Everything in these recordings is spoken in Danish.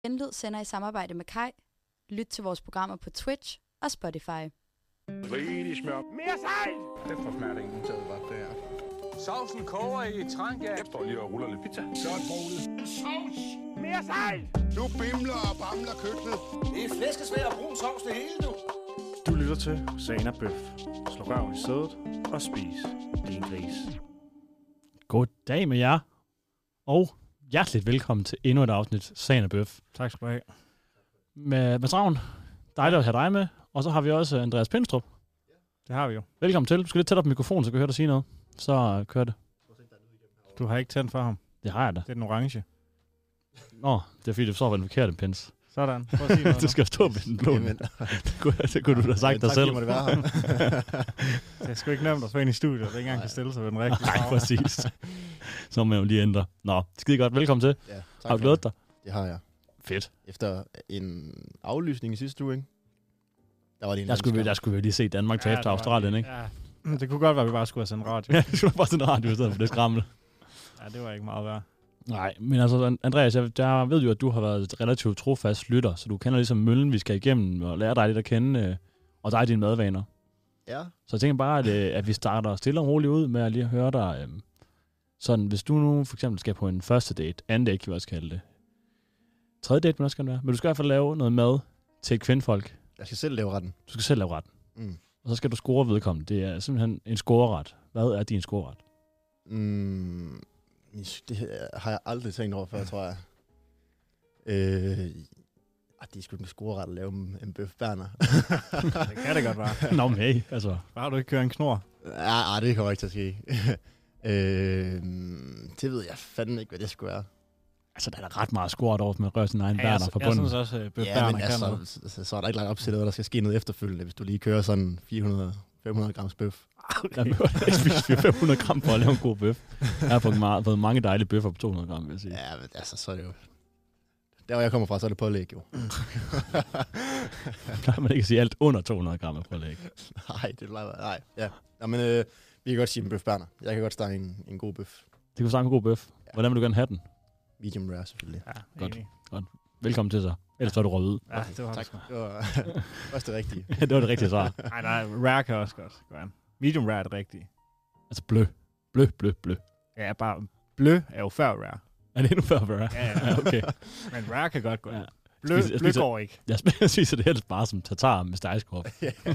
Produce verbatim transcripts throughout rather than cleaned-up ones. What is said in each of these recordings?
Genlyd sender i samarbejde med Kai. Lyt til vores programmer på Twitch og Spotify. Rigtig smør. Mere sejt! Det får smager ingen taget godt, det her. Sovsen koger i trænk, ja. Jeg står lige og ruller lidt pizza. Så er det sovs. Mere sejt! Nu bimler og bamler køkkenet. Det er flæskesvær og brun sovs, det hele, du. Du lytter til Sana Bøf. Slå røven i sædet og spis din gris. God dag med jer, og hjerteligt velkommen til endnu et afsnit Sana Bøf. Tak skal du have. Med Mads Ravn, dejligt at have dig med, og så har vi også Andreas Pindstrup. Det har vi jo. Velkommen til. Du skal lidt tættere på mikrofonen, så kan jeg høre dig sige noget. Så kører det. Du har ikke tændt for ham. Det har jeg da. Det er den orange. Nå, det er fordi, du så var den forkerte pins. Sådan. Prøv at sige noget. Du skal stå med den blå. det, kunne, det kunne du da have sagt dig selv. Må det være ham. Det er sgu ikke nemt at få ind i studiet, og det ikke engang kan stille sig ved den rigtige. Nej, præcis. Så må man jo lige ændre. Nå, skide godt. Velkommen til. Ja, har du glædet dig? Det har jeg. Fedt. Efter en aflysning i sidste uge, ikke? Der var det en der skulle, vi, der skulle vi lige se Danmark tabe ja, til Australien, ikke? Ja. Det kunne godt være, at vi bare skulle have sendt radio. Ja, det skulle bare sendt radio i stedet for det skrammel. Ja, det var ikke meget værd. Nej, men altså, Andreas, jeg, jeg ved jo, at du har været relativt trofast lytter, så du kender ligesom møllen, vi skal igennem, og lære dig lidt at kende, og dig dine madvaner. Ja. Så jeg tænker bare, at, at vi starter stille og roligt ud med at lige høre dig. Sådan, hvis du nu for eksempel skal på en første date, anden date kan vi også kalde det. Tredje date må også gerne være, men du skal i hvert fald lave noget mad til kvindfolk. Jeg skal selv lave retten. Du skal selv lave retten. Mm. Og så skal du score vedkommende. Det er simpelthen en scoreret. Hvad er din scoreret? Mm, det har jeg aldrig tænkt over før, tror jeg. Øh, det er sgu en scoreret at lave en bøf Berner. Det kan det godt være. Nå, men hey, altså. Bare du ikke kører en knor. Ja, det kommer ikke til at ske. øh, det ved jeg fandme ikke, hvad det skulle være. Altså, der er da ret meget scoret over med at røre sin egen ja, Berner fra bunden. Jeg synes også, at bøf ja, Berner men kan altså, noget. Så, så er der ikke lagt op til noget, der skal ske noget efterfølgende, hvis du lige kører sådan fire hundrede til fem hundrede grams bøf. Okay. Der er ikke spise fem hundrede gram for at lave en god bøf. Jeg har fået, meget, fået mange dejlige bøffer på to hundrede gram, vil jeg sige. Ja, men altså, så er det jo... Der, hvor jeg kommer fra, så er det pålæg, jo. Plejer man ikke at sige alt under to hundrede gram af pålæg? Nej, det plejer nej. Ja. Nå, men øh, vi kan godt sige en bøf Berner. Jeg kan godt starte en, en god bøf. Det kan starte en god bøf. Ja. Hvordan vil du gerne have den? Medium rare, selvfølgelig. Ja, godt. Godt. Velkommen til så. Ellers var du røget ud. Ja, det var tak. Det var også det rigtige. Det var det rigtige svar. Nej, nej, rare kan også godt. Godt. Medium rare er det rigtige. Altså blø. Blø, blø, blø. Ja, bare blø er jo før rare. Er det endnu før rare? Ja, ja. ja okay. Men rare kan godt gå. Ja. Blø, spiser, blø går ikke. Jeg spiser det helst bare som tatar med stegeskorp.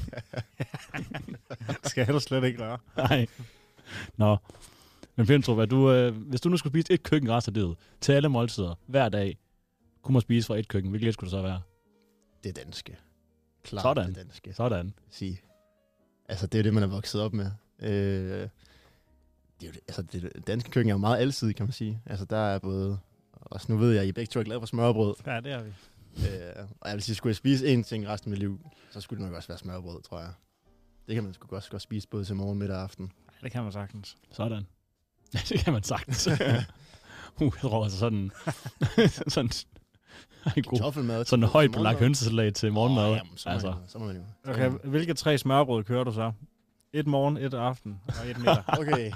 Skal jeg slet ikke røre. Nej. Nå. Men Pindstrup, hvad du, øh, hvis du nu skulle spise et køkken resten af livet, til alle måltider, hver dag, kunne man spise fra et køkken, hvilket skulle det så være? Det danske. Klart Sådan. Det danske. Sådan. Sige. Altså, det er det, man er vokset op med. Øh, det er jo det, altså, det danske køkken er jo meget alsidigt, kan man sige. Altså, der er både... Også nu ved jeg, at I begge to er glade for smørbrød. Ja, det er vi. Øh, og jeg vil sige, skulle jeg spise én ting resten af mit liv, så skulle det nok også være smørbrød, tror jeg. Det kan man sgu også godt spise både til morgen, middag og aften. Ja, det kan man sagtens. Sådan. Ja, det kan man sagtens. uh, jeg tror altså sådan... sådan en god, sådan en højt belagt hønsesalat til morgenmad. Oh, jamen, så, altså. så må man jo. Okay, hvilke tre smørbrød kører du så? Et morgen, et aften og et middag. Okay.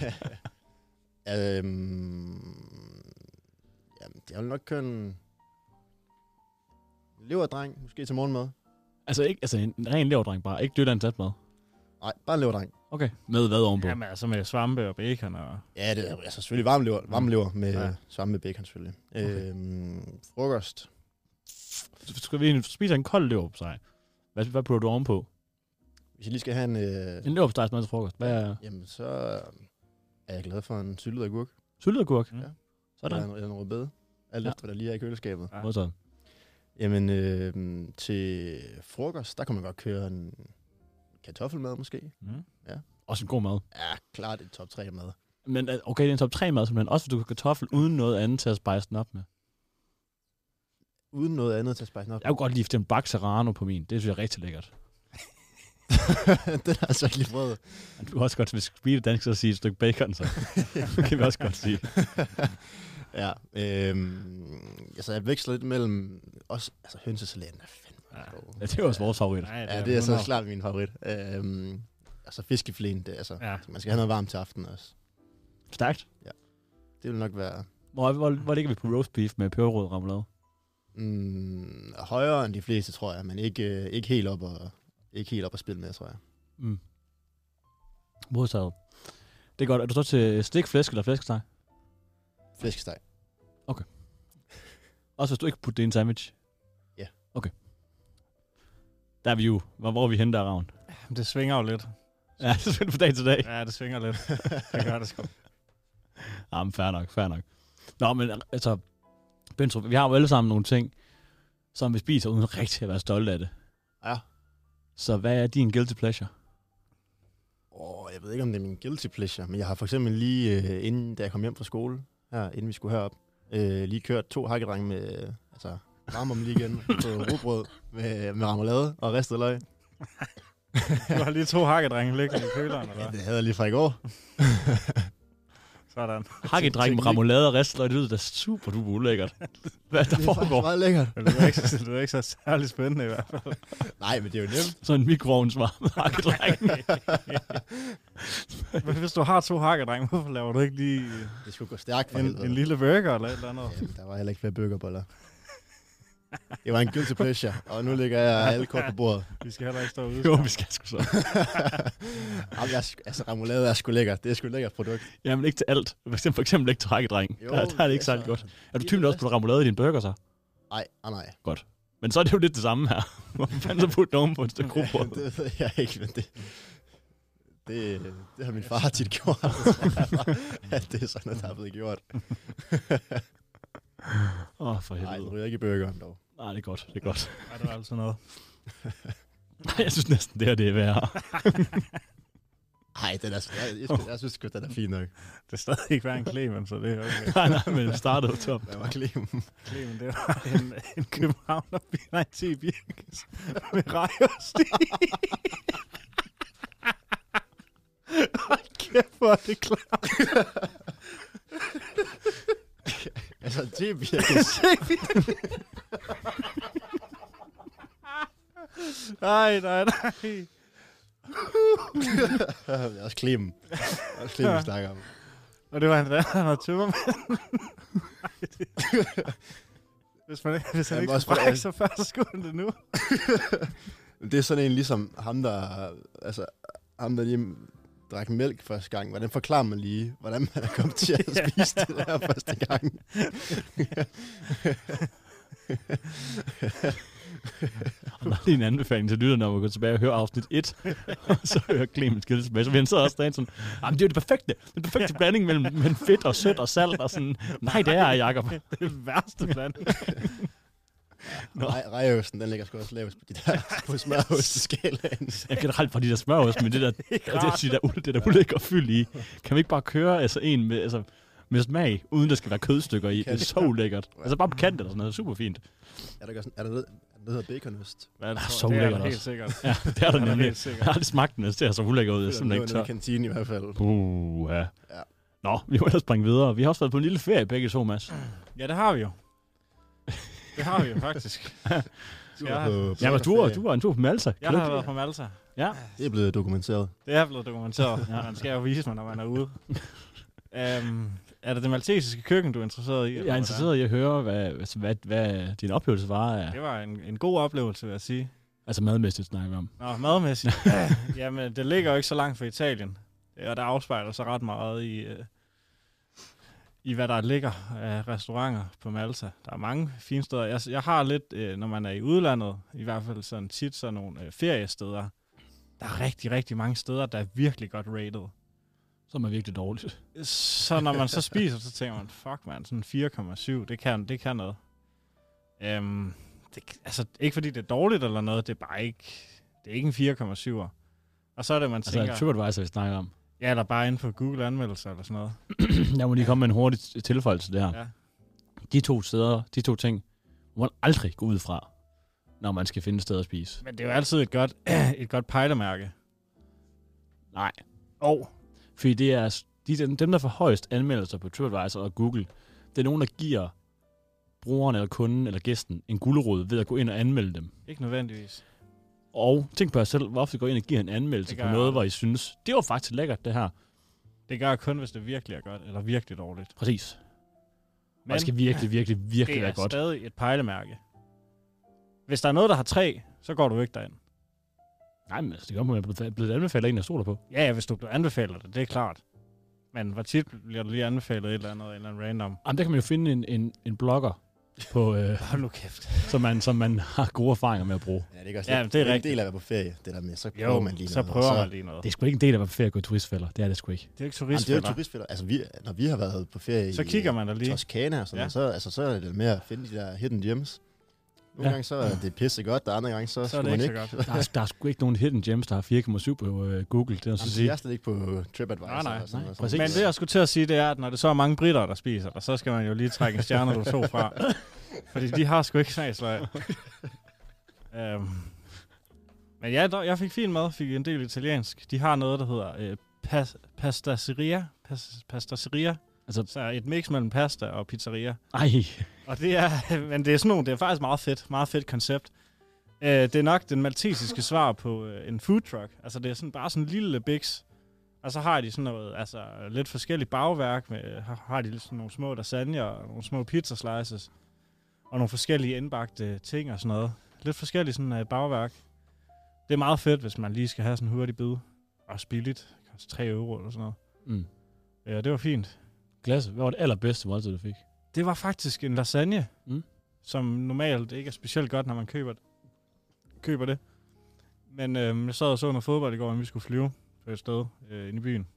øhm, jamen, jeg vil nok køre en leverdreng, måske til morgenmad. Altså, ikke, altså en ren leverdreng bare, ikke dødt ansat mad? Nej, bare en leverdreng. Okay, med hvad ovenpå? Jamen altså med svampe og bacon og... Ja, det er altså selvfølgelig varm lever, varm lever med ja. svampe med bacon selvfølgelig. Okay. Øhm, frokost. Skal vi spise en kold lever på sig? Hvad, hvad putter du ovenpå? Hvis jeg lige skal have en... Øh, en leverpostejsmad til frokost, hvad er... Jamen, så er jeg glad for en syltet agurk. Syltet agurk? Ja. Sådan. Eller en, en rødbede. Alt ja. efter, hvad der lige er i køleskabet. Ja. Sådan. Jamen, øh, til frokost, der kan man godt køre en kartoffelmad måske. Mm. Ja. Også en god mad. Ja, klart et top tre mad. Men okay, det er en top tre mad, men også hvis du kan kartoffel uden noget andet til at spice den op med. Uden noget andet til at spice den op? Jeg kunne godt lide en bak serrano på min. Det synes jeg er rigtig lækkert. Den har altså ikke lige prøvet. Du kan også godt, hvis vi skal spise dansk, så sige et stykke bacon, så det kan vi også godt sige. Ja, øhm, altså jeg veksler lidt mellem også, altså hønsesalaten er fandme ja, det er også vores favorit. Ja, det er, ja, det er så klart min favorit. Øhm, altså fiskeflæen, det altså, ja. Man skal have noget varmt til aftenen også. Stærkt? Ja, det vil nok være... Hvor, hvor, hvor ligger vi på roast beef med peberrød remoulade? Mm, højere end de fleste, tror jeg, men ikke, øh, ikke helt op og ikke helt op at spille med, tror jeg. Mm. Modtaget. Det er godt. Er du så til stik, flæsk eller flæskesteg? Flæskesteg. Okay. Også hvis du ikke putter det i en sandwich? Ja. Okay. Der er vi jo. Hvor, hvor er vi henne der, Ravn? Det svinger jo lidt. Ja, det svinger fra dag til dag. Ja, det svinger lidt. Det gør det sgu. Jamen, fair nok, fair nok. Nå, men altså, Bentrup, vi har jo alle sammen nogle ting, som vi spiser, uden rigtig at være stolte af det. Ja. Så hvad er din guilty pleasure? Åh, oh, jeg ved ikke, om det er min guilty pleasure, men jeg har for eksempel lige, øh, inden da jeg kom hjem fra skole, her, inden vi skulle herop, øh, lige kørt to hakkedrenge med, øh, altså, varme om lige igen, på rugbrød med, med remoulade og ristet løg. Du har lige to hakkedrenge liggende i køleren, eller? Ja, det havde jeg lige fra i går. Sådan. Hakkedreng med remoulade og risteløg, det lyder da super duper ulækkert. Hvad der Det er faktisk foregår? meget lækkert. Men det er ikke, det er ikke så særlig spændende i hvert fald. Nej, men det er jo nemt. Sådan en mikroovnsvarmet hakkedreng. Men hvis du har to hakkedrenge, hvorfor laver du ikke lige Det skulle gå stærkt for en, helvede. en lille burger eller et eller andet? Jamen, der var heller ikke flere burgerboller. Det var en guilty pleasure, og nu ligger jeg alle kort på bordet. Vi skal heller ikke stå ude. Jo, vi skal sgu så. Jamen, jeg, altså, remoulade er sgu lækkert. Det er sgu et lækkert produkt. Jamen ikke til alt. For eksempel, for eksempel ikke til hakkedreng. Jo, Der, der er det ikke særlig altså, godt. Er du typen også på remoulade i din burger så? Nej, ah, nej. Godt. Men så er det jo lidt det samme her. Hvorfor fanden så putte nogen på et stykke rugbrød? Det ved jeg ikke, men det, det, det har min far tit gjort. At det er sådan noget, der er blevet gjort. Åh, oh, for Nej, helvede. det ryger ikke i burgeren dog. Nej, det er godt. Det er godt. Nej, det var altså noget. Nej, jeg synes næsten, det her det er værre. Nej, den er, jeg, jeg, jeg synes sgu, den er fin nok. Det er stadig ikke være en Clemen, så det er okay. nej, nej, men det startede jo top. Den var Clemen. Clemen, det var en, en københavner biler i ti birkes med rejost i. Hold kæft, hvor er det klart. Altså, det birkes. Nej, nej, nej. Det er også Clemen. Det er også Clemen, vi snakker om. Og det var en hvad? Han var tømmermand. Hvis man ikke, hvis han Jamen, ikke også skulle for- brække sig før, så skulle han det nu. Det er sådan en ligesom ham, der, altså, ham, der lige drak mælk første gang. Hvordan forklarer man lige, hvordan man er kommet til at spise det der første gang? Og der er lige en anbefaling til lytterne om at gå tilbage og høre afsnit et, og så høre Clemens skille tilbage. Så vi sidder også derinde sådan, jamen det er jo det perfekte, den perfekte blanding mellem, mellem fedt og sødt og salt og sådan. Nej, det er Jacob. Det er det værste blandt. Rej- Rejeosten, den ligger sgu også lavest på de der på smørosteskalaen. Jeg kan ret fra de der smørost, men det der, det, det, det der, det der ulækker fyld i. Kan vi ikke bare køre altså en med, altså, med smag, uden der skal være kødstykker i? Det er så ulækkert. Altså bare på kant eller sådan noget, super fint. Er der, er der noget, der hedder baconost? Hvad er det, Ah, for? så Det er ulækkert der helt også. sikkert. Ja, det er der nemlig. helt sikkert. Jeg har aldrig smagt den, det ser så ulækker ud. Jeg er Det er simpelthen ikke noget tør. i kantinen i hvert fald. Uh, ja. Ja. Nå, vi må ellers springe videre. Vi har også været på en lille ferie begge to, Mads. Ja, det har vi jo. Det har vi jo faktisk. Du Jeg er har- på, Ja, men du var, du var en tur på Malta. Jeg har været på Malta. Ja. Det er blevet dokumenteret. Det er blevet dokumenteret. Ja. Man skal jo vise mig, når man er ude. um, er det det maltesiske køkken, du er interesseret i? eller Jeg er hvad interesseret i at høre, hvad, hvad, hvad, hvad din oplevelse var af, Det var en, en god oplevelse, vil jeg sige. altså madmæssigt snakker vi om. Nå, madmæssigt. Jamen, det ligger jo ikke så langt fra Italien. Og der afspejler sig ret meget i, øh, i hvad der ligger af restauranter på Malta. Der er mange fine steder. Jeg, jeg har lidt, øh, når man er i udlandet, i hvert fald sådan tit sådan nogle øh, feriesteder. Der er rigtig, rigtig mange steder, der er virkelig godt rated. Som er virkelig dårligt. Så når man så spiser, så tænker man, fuck man, sådan fire komma syv, det kan, det kan noget. Øhm, det, altså, ikke fordi det er dårligt eller noget, det er bare ikke, det er ikke en fire komma syv. Og så er det, man Altså tænker, en TripAdvisor, vi snakker om. ja, eller bare inde på Google anmeldelser eller sådan noget. Jeg må lige komme med en hurtig tilføjelse til det her. Ja. De to steder, de to ting, må man aldrig gå ud fra, når man skal finde et sted at spise. Men det er jo altid et godt, et godt pejlemærke. Nej. Og Fordi det er de, dem, der får højst anmeldelser på TripAdvisor og Google, det er nogen, der giver brugeren eller kunden eller gæsten en gulerod ved at gå ind og anmelde dem. ikke nødvendigvis. Og tænk på jer selv, hvor ofte går I ind og giver en anmeldelse Det på gør noget, jeg. hvor I synes, det var faktisk lækkert, det her. Det gør jeg kun, hvis det virkelig er godt, eller virkelig dårligt. Præcis. Men Men det skal virkelig, virkelig, virkelig det være er godt. stadig et pejlemærke. Hvis der er noget, der har tre, så går du ikke derind. Nej, men altså, det gør man blive blevet anbefalet af en, der stoler på. Ja, ja, hvis du bliver anbefalet det, det er klart. Men hvor tit bliver du lige anbefalet et eller andet, et eller andet random? Jamen, der kan man jo finde en, en, en blogger, på, øh, Hold nu kæft. som, man, som man har gode erfaringer med at bruge. Ja, det er også Ja, lidt, det er en rigtigt. del af at være på ferie, det der med, så prøver Jo, man lige så noget. prøver og man lige noget. Det er sgu ikke en del af at være på ferie at gå i turistfælder. Det er det sgu ikke. Det er ikke Jamen, det er jo turistfælder. turistfælder. Altså, vi, når vi har været på ferie Så i kigger man da lige. Toskana og sådan Ja. noget, så, altså, så er det med at finde de der hidden gems. Nogle Ja. gange så er det pisse godt, der andre gange så, Så er skulle det man ikke ikke. så godt. Der er, der er sgu ikke nogen hidden gems, der har fire komma syv på uh, Google. Det er noget at Jamen, sige. jeg er slet ikke på TripAdvisor. Nej, nej, og sådan nej, noget. præcis. Men det, jeg skulle til at sige, det er, at når det så er mange britter, der spiser der, så skal man jo lige trække en stjerne eller to fra. Fordi de har sgu ikke smagsløg. øhm. Men ja, der, jeg fik fin mad, fik en del italiensk. De har noget, der hedder øh, pas, pastasseria. Pas, pastasseria. Altså- Så et mix mellem pasta og pizzeria. Ej, Og det er, men det er sådan nogle, det er faktisk meget fedt, meget fedt koncept. Øh, det er nok den maltesiske svar på øh, en food truck. Altså det er sådan bare sådan en lille biks. Og så har de sådan noget, altså lidt forskelligt bagværk med, har, har de sådan nogle små lasagne og nogle små pizza slices. Og nogle forskellige indbagte ting og sådan noget. Lidt forskelligt sådan uh, bagværk. Det er meget fedt, hvis man lige skal have sådan en hurtig bid. Også billigt. Det koster tre euro eller sådan noget. mm. Ja, det var fint. Klasse. Hvad var det allerbedste måltid, du fik? Det var faktisk en lasagne, Mm. som normalt ikke er specielt godt, når man køber det. køber det. Men øh, jeg sad og så noget fodbold i går, når vi skulle flyve på et sted øh, inde i byen.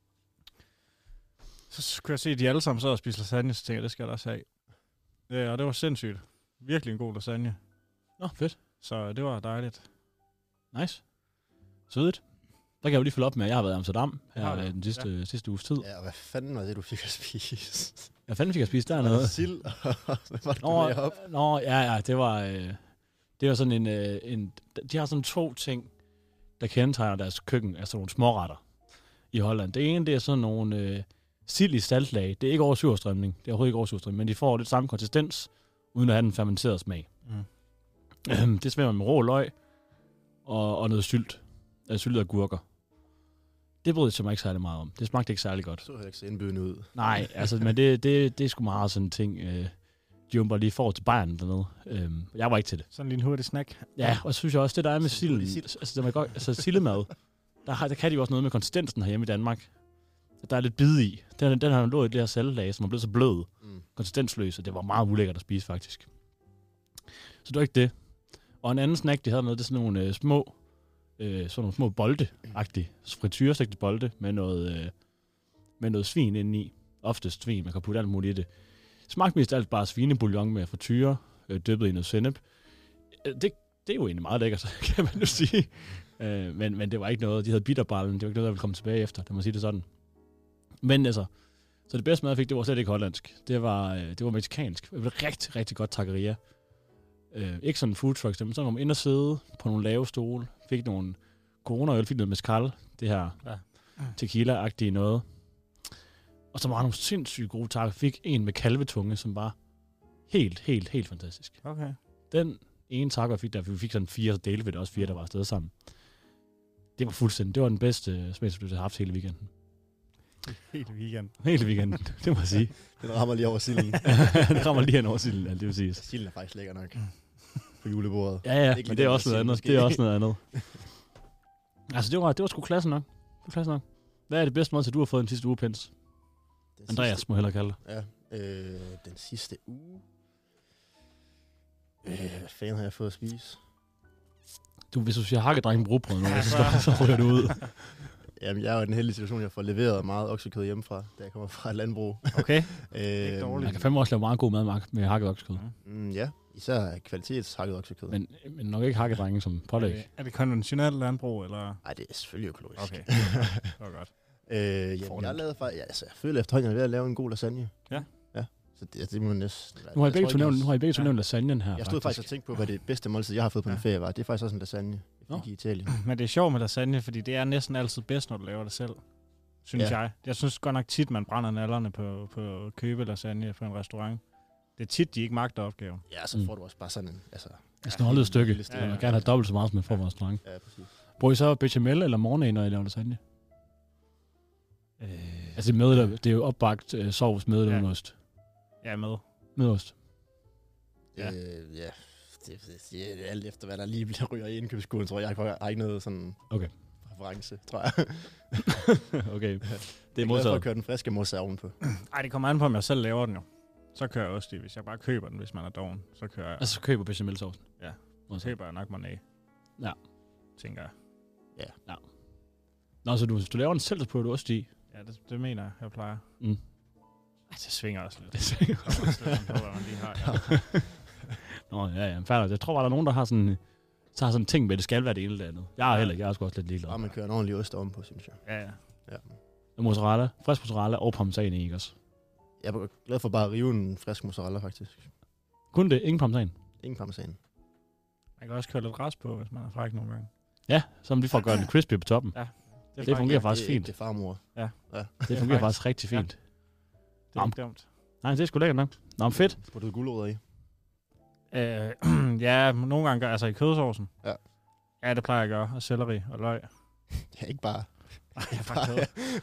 Så kunne jeg se, at de alle sammen sad og spiste lasagne, så tænkte jeg, det skal jeg da også have. Ja, og det var sindssygt. Virkelig en god lasagne. Nå, fedt. Så det var dejligt. Nice. Sødigt. Der kan jeg jo lige følge op med, at jeg har været i Amsterdam her Har du? øh, den sidste, ja. sidste uges tid. Ja, og hvad fanden var det, du fik at spise? Jeg fanden fik jeg spist Var dernede. det sild? Hvad var det, du Nå, lagde op? nå, ja, ja, det var, øh, det var sådan en, øh, en... De har sådan to ting, der kendetegner deres køkken, altså nogle småretter i Holland. Det ene, det er sådan nogle øh, sild i saltlag. Det er ikke oversurstrømning. Det er overhovedet ikke oversurstrømning, men de får lidt samme konsistens, uden at have den fermenterede smag. Mm. Det smager med rå løg og, og noget sylt. Altså syltede agurker. Det brød jeg mig ikke særlig meget om. Det smagte ikke særlig godt. Så heller ikke så indbydende ud. Nej, altså, men det, det, det er sgu meget sådan en ting, øh, Jumper lige får til Bayern dernede. Øhm, jeg var ikke til det. Sådan lige en hurtig snack. Ja, og så synes jeg også, det der er med Sådan en silden, hurtig sild. altså, det er godt, altså sillemad, der, har, der kan de jo også noget med konsistensen herhjemme i Danmark. Der er lidt bid i. Den, den har lå i det her saltlag, som er blevet så blød, Mm. konsistensløs, og det var meget ulækkert at spise faktisk. Så det var ikke det. Og en anden snack, de havde med, det er sådan nogle øh, små, øh, sådan nogle små bolde-agtige, frityrestegte bolde med noget, øh, med noget svin indeni. Oftest svin, man kan putte alt muligt i det. Smagte mest alt bare svinebouillon med frityre, øh, dyppet i noget sennep. Øh, Det, det er jo egentlig meget lækkert, kan man jo sige. Øh, men, men det var ikke noget, de havde bitterballen, det var ikke noget, der ville komme tilbage efter, det må sige det sådan. Men altså, så det bedste mad, jeg fik, det var slet ikke hollandsk. Det var, øh, det var mexicansk. Det var rigtig, rigtig godt taqueria. Øh, ikke sådan en food truck, men så kom man ind og sidde på nogle lave stole, fik nogle coronaøl, fik noget mezcal, det her Ja. tequila-agtige noget. Og så var der nogle sindssygt gode takker. Fik en med kalvetunge, som var helt, helt, helt fantastisk. Okay. Den ene takker, jeg fik der, for vi fik sådan fire, så delte vi det også fire, der var afsted sammen. Det var fuldstændig, det var den bedste smagsoplevelse, jeg har haft hele weekenden. Helt weekend. Hele weekenden, det må jeg sige. Den rammer lige over silden. Den rammer lige hen over silden, alt det vil sige. Silden er faktisk lækker nok på julebordet. Ja, ja, Ikke men lige det er den også der noget andet. sild, Det er måske. også noget andet. Altså, det var, det var sgu klasse nok. Det var klasse nok. Hvad er det bedste måltid, du har fået den sidste uge, Pens? Den Andreas sidste- må jeg hellere kalde dig. Ja, øh, den sidste uge. Øh, hvad fanden har jeg fået at spise? Du, hvis du siger hakkedrengen på rugbrød nu, så, så, så ryger du ud. Jamen, jeg er jo i den heldige situation, at jeg får leveret meget oksekød hjemmefra, da jeg kommer fra et landbrug. Okay. øh, dårligt. Man kan fandme også lave meget god mad med- med hakket oksekød. Mm, ja, især kvalitetshakket oksekød. Men, men nok ikke hakkedrengen som pålæg. Er det, er det konventionelt landbrug, eller? Nej, det er selvfølgelig økologisk. Okay. Det var godt. Øh, jamen, jeg lavede faktisk, ja, altså, jeg føler efterhånden, at jeg er ved at lave en god lasagne. Ja. Ja, så det, det må næsten... Nu har I jeg begge tror to ikke, nævnt, jeg- nu har I begge to Ja. nævnt lasagnen her, Jeg stod faktisk og tænkte på, hvad det bedste måltid, jeg har fået på min Ja. ferie var. Det er faktisk også en lasagne, jeg fik Nå. i Italien. Men det er sjovt med lasagne, fordi det er næsten altid bedst, når du laver det selv. Synes Ja. jeg. Jeg synes godt nok tit, man brænder nallerne på, på at købe lasagne på en restaurant. Det er tit, de ikke magter opgaven. Ja, så Mm. får du også bare sådan en... Altså, Et snollet stykke. lille stykke. Jeg vil gerne have dobbelt så meget, som man får på restaurant. Ja, præcis. Bruger I så bechamel eller morgenæg, når I laver lasagne? Øh, Altså med, eller- det er jo opbagt øh, sovs med eller Ja. uden ost. jeg er med. Med ost. Ja. Øh, ja, Det, det, det er alt efter, hvad der lige bliver ryger i indkøbskurven, tror jeg. Jeg har ikke noget sådan Okay. reference, tror jeg. Okay. Det er Jeg er glad for at modtaget. køre den friske mozza ovenpå. Ej, det kommer an på, om jeg selv laver den jo. Så kører jeg også det. Hvis jeg bare køber den, hvis man er doven, så kører jeg. Altså, så køber bechamelsaucen. Ja. Modtaget. Så køber jeg nok Monet. Ja. Tænker jeg. Nå, så du, hvis du laver den selv, så putter du ost i. Ja, det, det mener jeg, jeg plejer. Mm. Ej, det svinger også lidt. Det svinger også lidt. På, hvad man lige har, ja. Nå, ja, ja. Færdig. Jeg tror bare, der er nogen, der har sådan, så har sådan en ting med, at det skal være det ene eller andet. Jeg har heller ikke. Jeg er sgu også lidt ligeglad. Bare man kører en ordentlig ost ovenpå, synes jeg. Ja, ja. Ja. Og mozzarella, frisk mozzarella og parmesan i, ikke også? Jeg er glad for bare at rive en frisk mozzarella, faktisk. Kun det, ingen parmesan. Ingen parmesan. Man kan også køre lidt græs på, hvis man er fræk nogle gange. Ja, så lige for at gøre den crispy på toppen. Ja. Det, det fungerer faktisk det, fint. Det er farmor. Ja. ja. Det fungerer faktisk rigtig fint. Det er ikke dumt. Nej, det er sgu lækkert nok. Nå, men fedt. Putter du gulerødder i? Øh, ja, nogle gange gør altså i kødsovsen. Ja. Ja, det plejer jeg at gøre. Og selleri og løg. Ja, ikke bare. Ej, jeg bare kød.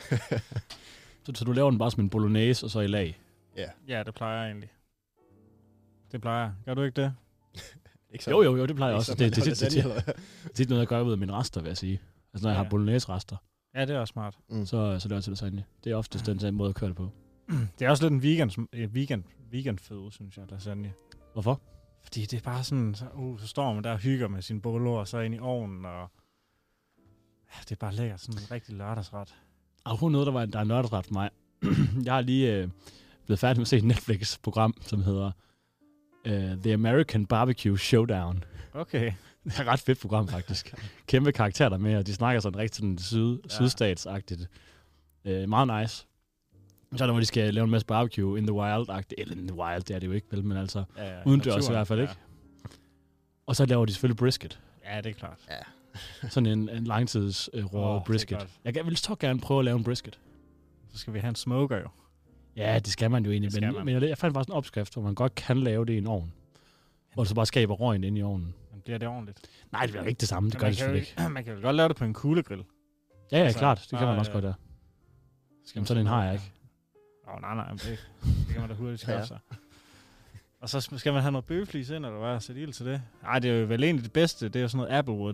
Så, så du laver den bare som en bolognese, og så i lag? Ja. Ja, det plejer jeg egentlig. Det plejer jeg. Gør du ikke det? Ikke så, Jo, jo, jo, det plejer jeg ikke også. så, Det, det, man det, det, holder det, det er noget, jeg gør ud af mine rester, vil jeg sige. Altså, når jeg Ja. har bolognese-rester, Ja, det er også smart. Mm. så, så laver jeg til lasagne. Det er oftest den samme måde at køre det på. Det er også lidt en vegan, vegan, vegan føde, synes jeg, lasagne. Hvorfor? Fordi det er bare sådan, så, uh, så står man der og hygger med sine boller, og så ind i ovnen, og ja, det er bare lækkert. Sådan en rigtig lørdagsret. Apropos noget, der, var, der er en lørdagsret for mig. Jeg har lige øh, blevet færdig med at se et Netflix-program, som hedder uh, The American Barbecue Showdown. Okay. Det er et ret fedt program, faktisk. Kæmpe karakterer der med, og de snakker sådan rigtig sådan syd, Ja. sydstatsagtigt. Uh, meget nice. Så er der, hvor de skal lave en masse barbecue in the wild-agtigt. Eller in the wild, det er det jo ikke, vel, men altså Ja, ja, udendørs i naturen, hvert fald, ja. ikke? Og så laver de selvfølgelig brisket. Ja, det er klart. Ja. Sådan en, en langtids uh, rå Åh, oh, det er brisket. godt. Jeg vil så gerne prøve at lave en brisket. Så skal vi have en smoker jo. Ja, det skal man jo egentlig, Det skal men, man. men jeg, jeg fandt faktisk en opskrift, hvor man godt kan lave det i en ovn. Hvor du så bare skaber røgen ind i ovnen. Men bliver det ordentligt? Nej, det bliver ikke det samme, det Men gør man det kan selvfølgelig jo- ikke. Man kan jo godt lave det på en kuglegrill. Ja, ja, altså, klart, det kan bare, man også øh, godt, ja. Skal Jamen, sådan en har jeg ikke. Åh, oh, nej, nej, men det, det kan man da hurtigt skaffe Ja. sig. Og så skal man have noget bøgeflis ind, eller hvad? Sæt ild til det? Nej, det er jo vel egentlig det bedste. Det er jo sådan noget Applewood.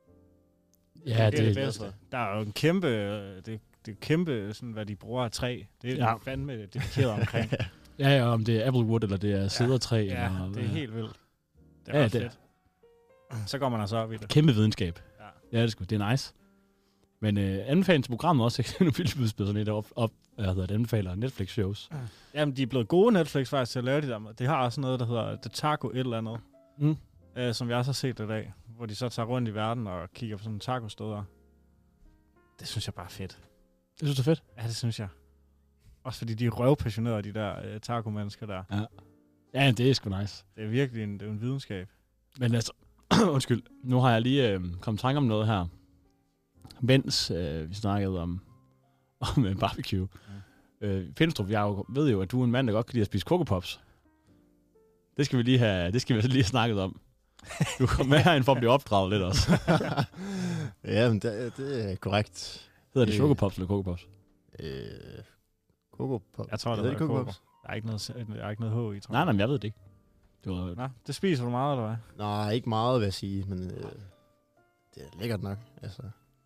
Ja, det er det det, bedste. Der er jo en kæmpe, øh, det, det er kæmpe, sådan, hvad de bruger af træ. Det er Ja. ja. fandme dedikeret omkring. ja, ja, om det er Applewood, eller det er cedertræ. Ja, eller, det er helt vildt. Det er Ja, ret det- fedt. Så går man altså op i det. Kæmpe videnskab. Ja. Ja, det er sgu, det er nice. Men øh, anbefaling til programmet også, ikke? Nu vil jeg spille sådan lidt op, op hvad hedder det, anbefaler Netflix-shows. Jamen, de er blevet gode Netflix faktisk til at lave de der. Det har også noget, der hedder The Taco et eller andet. Mm. Øh, som jeg også har set i dag. Hvor de så tager rundt i verden og kigger på sådan nogle taco-steder. Det synes jeg bare er fedt. Det synes du er fedt? Ja, det synes jeg. Også fordi de er røvpassionerede, de der øh, taco-mennesker der. Ja. Ja, det er sgu nice. Det er virkelig en, det er en videnskab. Men altså, undskyld, nu har jeg lige øh, kommet i tanke om noget her. Mens øh, vi snakkede om, om øh, barbecue. Ja. Øh, Finstrup, jeg jo, ved jo, at du er en mand, der godt kan lide at spise Coco Pops. Det skal vi lige have, det skal vi altså lige have snakket om. Du kommer med herinde for at blive opdraget lidt også. Ja, men det, det er korrekt. Hedder det Øh. Choco Pops eller Coco Pops? Øh, Coco Pop. Jeg tror, det er hedder Coco Coco. Pops? Der er ikke noget, der er ikke noget H i, tror Nej, jeg. nej, men jeg ved det ikke. Det var, Nå, det spiser du meget, eller hvad? Nej, ikke meget, vil jeg sige, men øh, det er lækkert nok. Altså.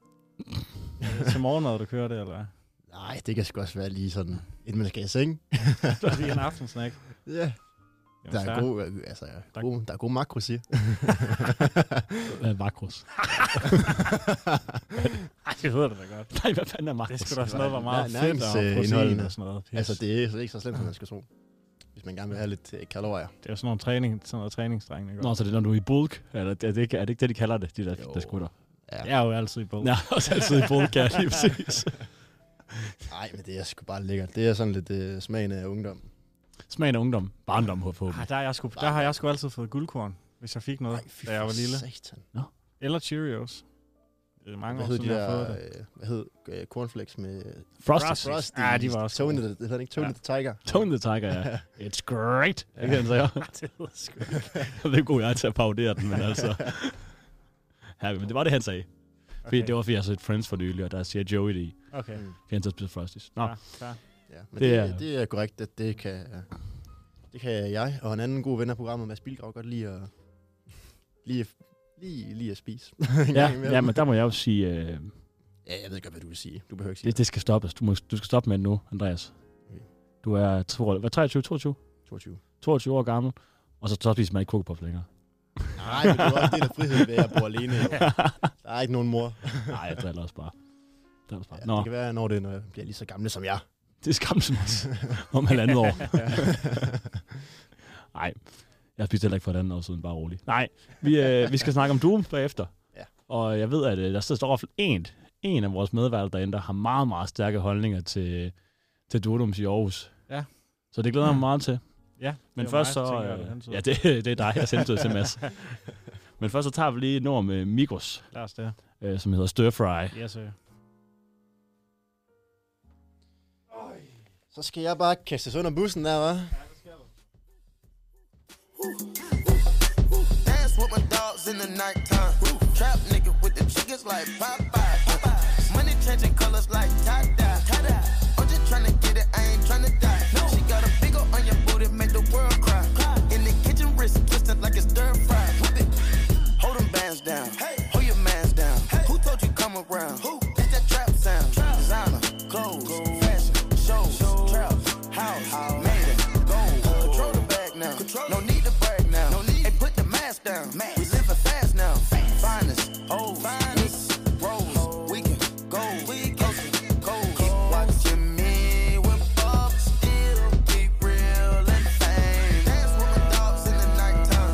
Er det til morgenmad, du kører det, eller hvad? Nej, det kan sgu også være lige sådan, inden man skal i seng. Det er lige en aftensnack. Ja, Jamen, der er fair. god, altså, Der- god, der er god makros i. hvad er makros? Ej, det ved du da godt. Nej, hvad fanden er makros? Det skulle da sådan noget, hvor meget Nej, fedt og næringsindholdene. protein og sådan noget. Pis. Altså, det er ikke så slemt, som man skal tro. Hvis man gerne vil have lidt øh, kalorier. Det er jo sådan nogle træning, sådan noget træningsdreng, ikke? Nå, så det er, når du er i bulk? Eller er det ikke, er det ikke det, de kalder det, de der, Jo. der skutter? Ja. Det er jo altid i bog. Ja, også altid i bulk, ja, lige præcis. Nej, men det er sgu bare lækkert. Det er sådan lidt øh, smagen af ungdom. Smagen af ungdom. Barndom, forhåbentlig. Ah, der, er jeg sgu, der har jeg sgu altid fået guldkorn, hvis jeg fik noget, Nej, fy da jeg var for lille. satan. Eller Cheerios. Det er mange Hvad år hed siden, de jeg har fået der, det. øh, hvad hed øh, cornflakes med... Frosties. Frosties. Ja, de var også Tony gode. the, det hedder den ikke Tony Ja. the Tiger. Tone the Tiger, ja. It's great. Ja. Ikke den, så jeg. Det ved jeg sgu Jeg ved ikke, hvor jeg er til at parodere den, men altså... Ja, men det var det, han sagde. Fordi Okay. det var, fordi jeg har set Friends for nylig, og der siger Joey det i. Okay. Mm. Kan han så spise Frosties? Nå, Ja, fair. Ja, Det men det, er- det, er, det er korrekt, at det kan... Det kan jeg og en anden god ven af programmet, Mads Bilgrav, godt lide at lige, lige, lige at spise. Ja, ja, men der må jeg jo sige... Øh, ja, jeg ved godt, hvad du vil sige. Du behøver ikke sige det. Det skal stoppes. Du, må, du skal stoppe med det nu, Andreas. Okay. Du er to, hvad, treogtyve, toogtyve? toogtyve. toogtyve år gammel, og så, så spiser man ikke kokopop længere. Nej, men det er også det der frihed ved at bo alene. Jo. Der er ikke nogen mor. Nej, jeg driller også bare. Det, også bare. Ja, det kan være, når det når jeg bliver lige så gamle som jeg. Det er skam som os. Om halvandet år. Nej, jeg har spist heller ikke for et andet år siden, bare roligt. Nej, vi, øh, vi skal snakke om Doom bagefter. Ja. Og jeg ved, at øh, der står i hvert fald en, en af vores medværter derinde, der har meget, meget stærke holdninger til, til Dodums i Aarhus. Ja. Så det glæder jeg mig meget til. Ja, men først mig, så... Øh, ja, det, det er dig, jeg sendte til Mads. Men først så tager vi lige et ord med Migros. Lad os det. Øh, som hedder Stir Fry. Yes, sir. Så skal jeg bare kastes under bussen der, hva'? Ja, det skal du. Dance with my dogs in the nighttime. Trap nigga with the chickens like Popeye. Money changing colors like tie-dye. I'm just tryna get it, I ain't tryna die. She got a big ol' on your booty, make the world cry. In the kitchen, wrist twisted like it's stir fry. Hold them bands down, hold your mans down. Who told you come around? It's that trap sound. Designer, clothes, fashion, shows, trap, house, made it, gold. Control the bag now, no need to brag now. Hey, put the mask down, we living fast now. Finest, old, finest, rose, weekend, gold, coasting, cold. Keep watching me when Bob still keep real and fame. Dance with my dogs in the nighttime.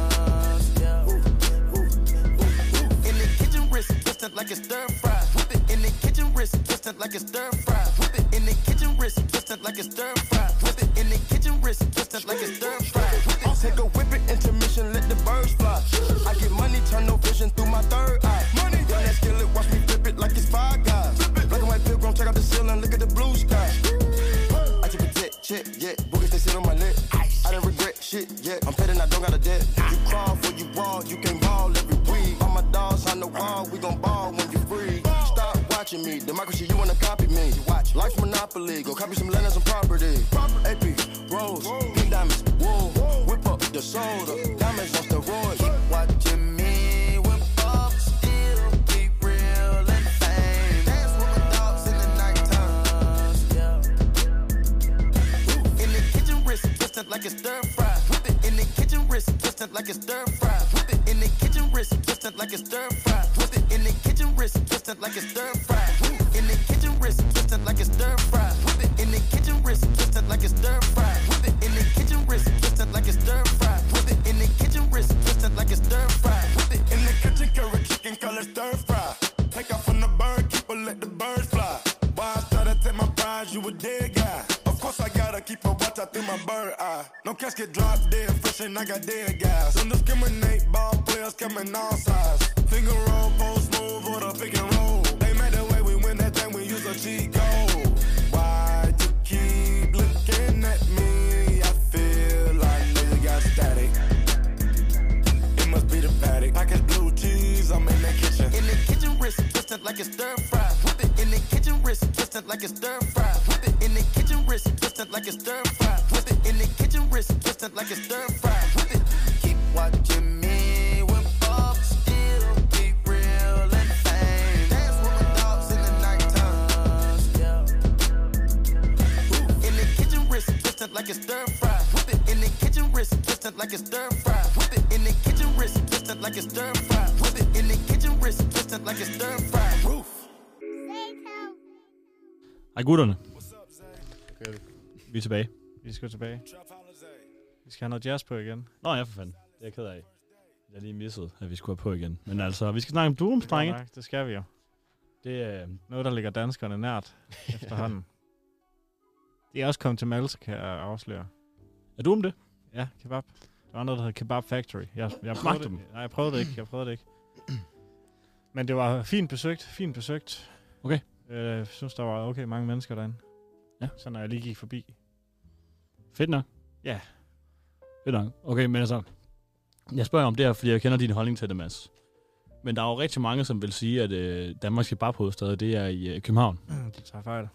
In the kitchen, wrist twisted like it's stir fry. Whip it in the kitchen, wrist twisted like it's stir fry. Whip it in the kitchen, wrist twisted like it's stir fry. Whip it in the kitchen, wrist twisted like it's stir fry. I'll take a whip it intermission, let the birds fly. I get money, turn no vision through my third eye. Money, young that skillet, watch me flip it like it's Five Guys. Black and white pilgrim, check out the ceiling, look at the blue sky. I took a jet, check, yeah, boogers they sit on my neck. I didn't regret shit yet. I'm petting, I don't got a debt. You crawl for you raw, you can't ball every week. All my dogs on the wall, we gon' ball when you free. Stop watching me, democracy, you wanna copy me. Watch, life's monopoly, go copy some land and some property. A P, Rose, pink diamonds, wool, whip up the soda, diamonds on steroids. Keep watching me when Bob still keep real and fame. Dance with my dogs in the nighttime. In the kitchen, wrist twisted like it's stir fry. Whip it in the kitchen, wrist twisted like it's stir fry. Whip it in the kitchen, wrist twisted like it's stir fry. Whip it in the kitchen, wrist twisted like it's stir fry. In the kitchen, wrist twisted like it's stir fry. Whip it in the kitchen, wrist twisted like it's stir fry. Whip it in the kitchen, wrist twisted like it's stir fry. Whip it in the kitchen, wrist twisted like it's stir fry. Whip it in the kitchen, curry chicken color stir fry. Take off from the bird, keep her, let the birds fly. Why I started to take my prize, you a dead guy. Of course I gotta keep a watch out through my bird eye. No casket drop dead, fresh and I got dead guys. Don't discriminate, ball players coming all sides. Finger roll, post move, or the pick and roll. They made the way we win that thing, we use a cheat code. Why you keep looking at me? I feel like nigga got static. It must be the paddock. Package blue cheese, I'm in the kitchen. In the kitchen, wrist twisted like it's stir fry. Whip it in the kitchen, wrist twisted like it's stir fry. Whip it in the kitchen, wrist twisted like it's stir fry. Whip it in the kitchen, wrist twisted like it's stir fry. Whip it. Keep watching me when Bob still keep real and fame. Dance with my dogs in the nighttime. In the kitchen, wrist twisted like it's stir fry. Whip it in the kitchen, wrist twisted like it's stir fry. Whip it in the kitchen, wrist twisted like it's stir fry. Whip it in the kitchen, wrist twisted like it's stir fry. Roof. Hej gutterne. Okay. Vi er tilbage. Vi skal tilbage. Vi skal have noget jazz på igen. Nå ja, for fanden. Det er jeg ked af. Jeg lige misset, at vi skulle have på igen. Men altså, vi skal snakke om Doom, drenge. Det, det skal vi jo. Det er øh... noget, der ligger danskerne nært efterhånden. Det er også kommet til Malta, kan jeg afsløre. Er du om det? Ja, kebab. Der var noget, der hedder Kebab Factory. Jeg, jeg Smagte det. dem? Nej, jeg prøvede det ikke. Jeg prøvede det ikke. Men det var fint besøgt. Fint besøgt. Okay. Jeg øh, synes, der var okay mange mennesker derinde. Ja. Så når jeg lige gik forbi. Fedt nok. Ja. Fedt nok. Okay, men altså... Jeg spørger om det her, fordi jeg kender din holdning til det, Mads. Men der er jo rigtig mange, som vil sige, at øh, Danmarks kebabhovedstad, det er i øh, København. Mm, det tager fejl.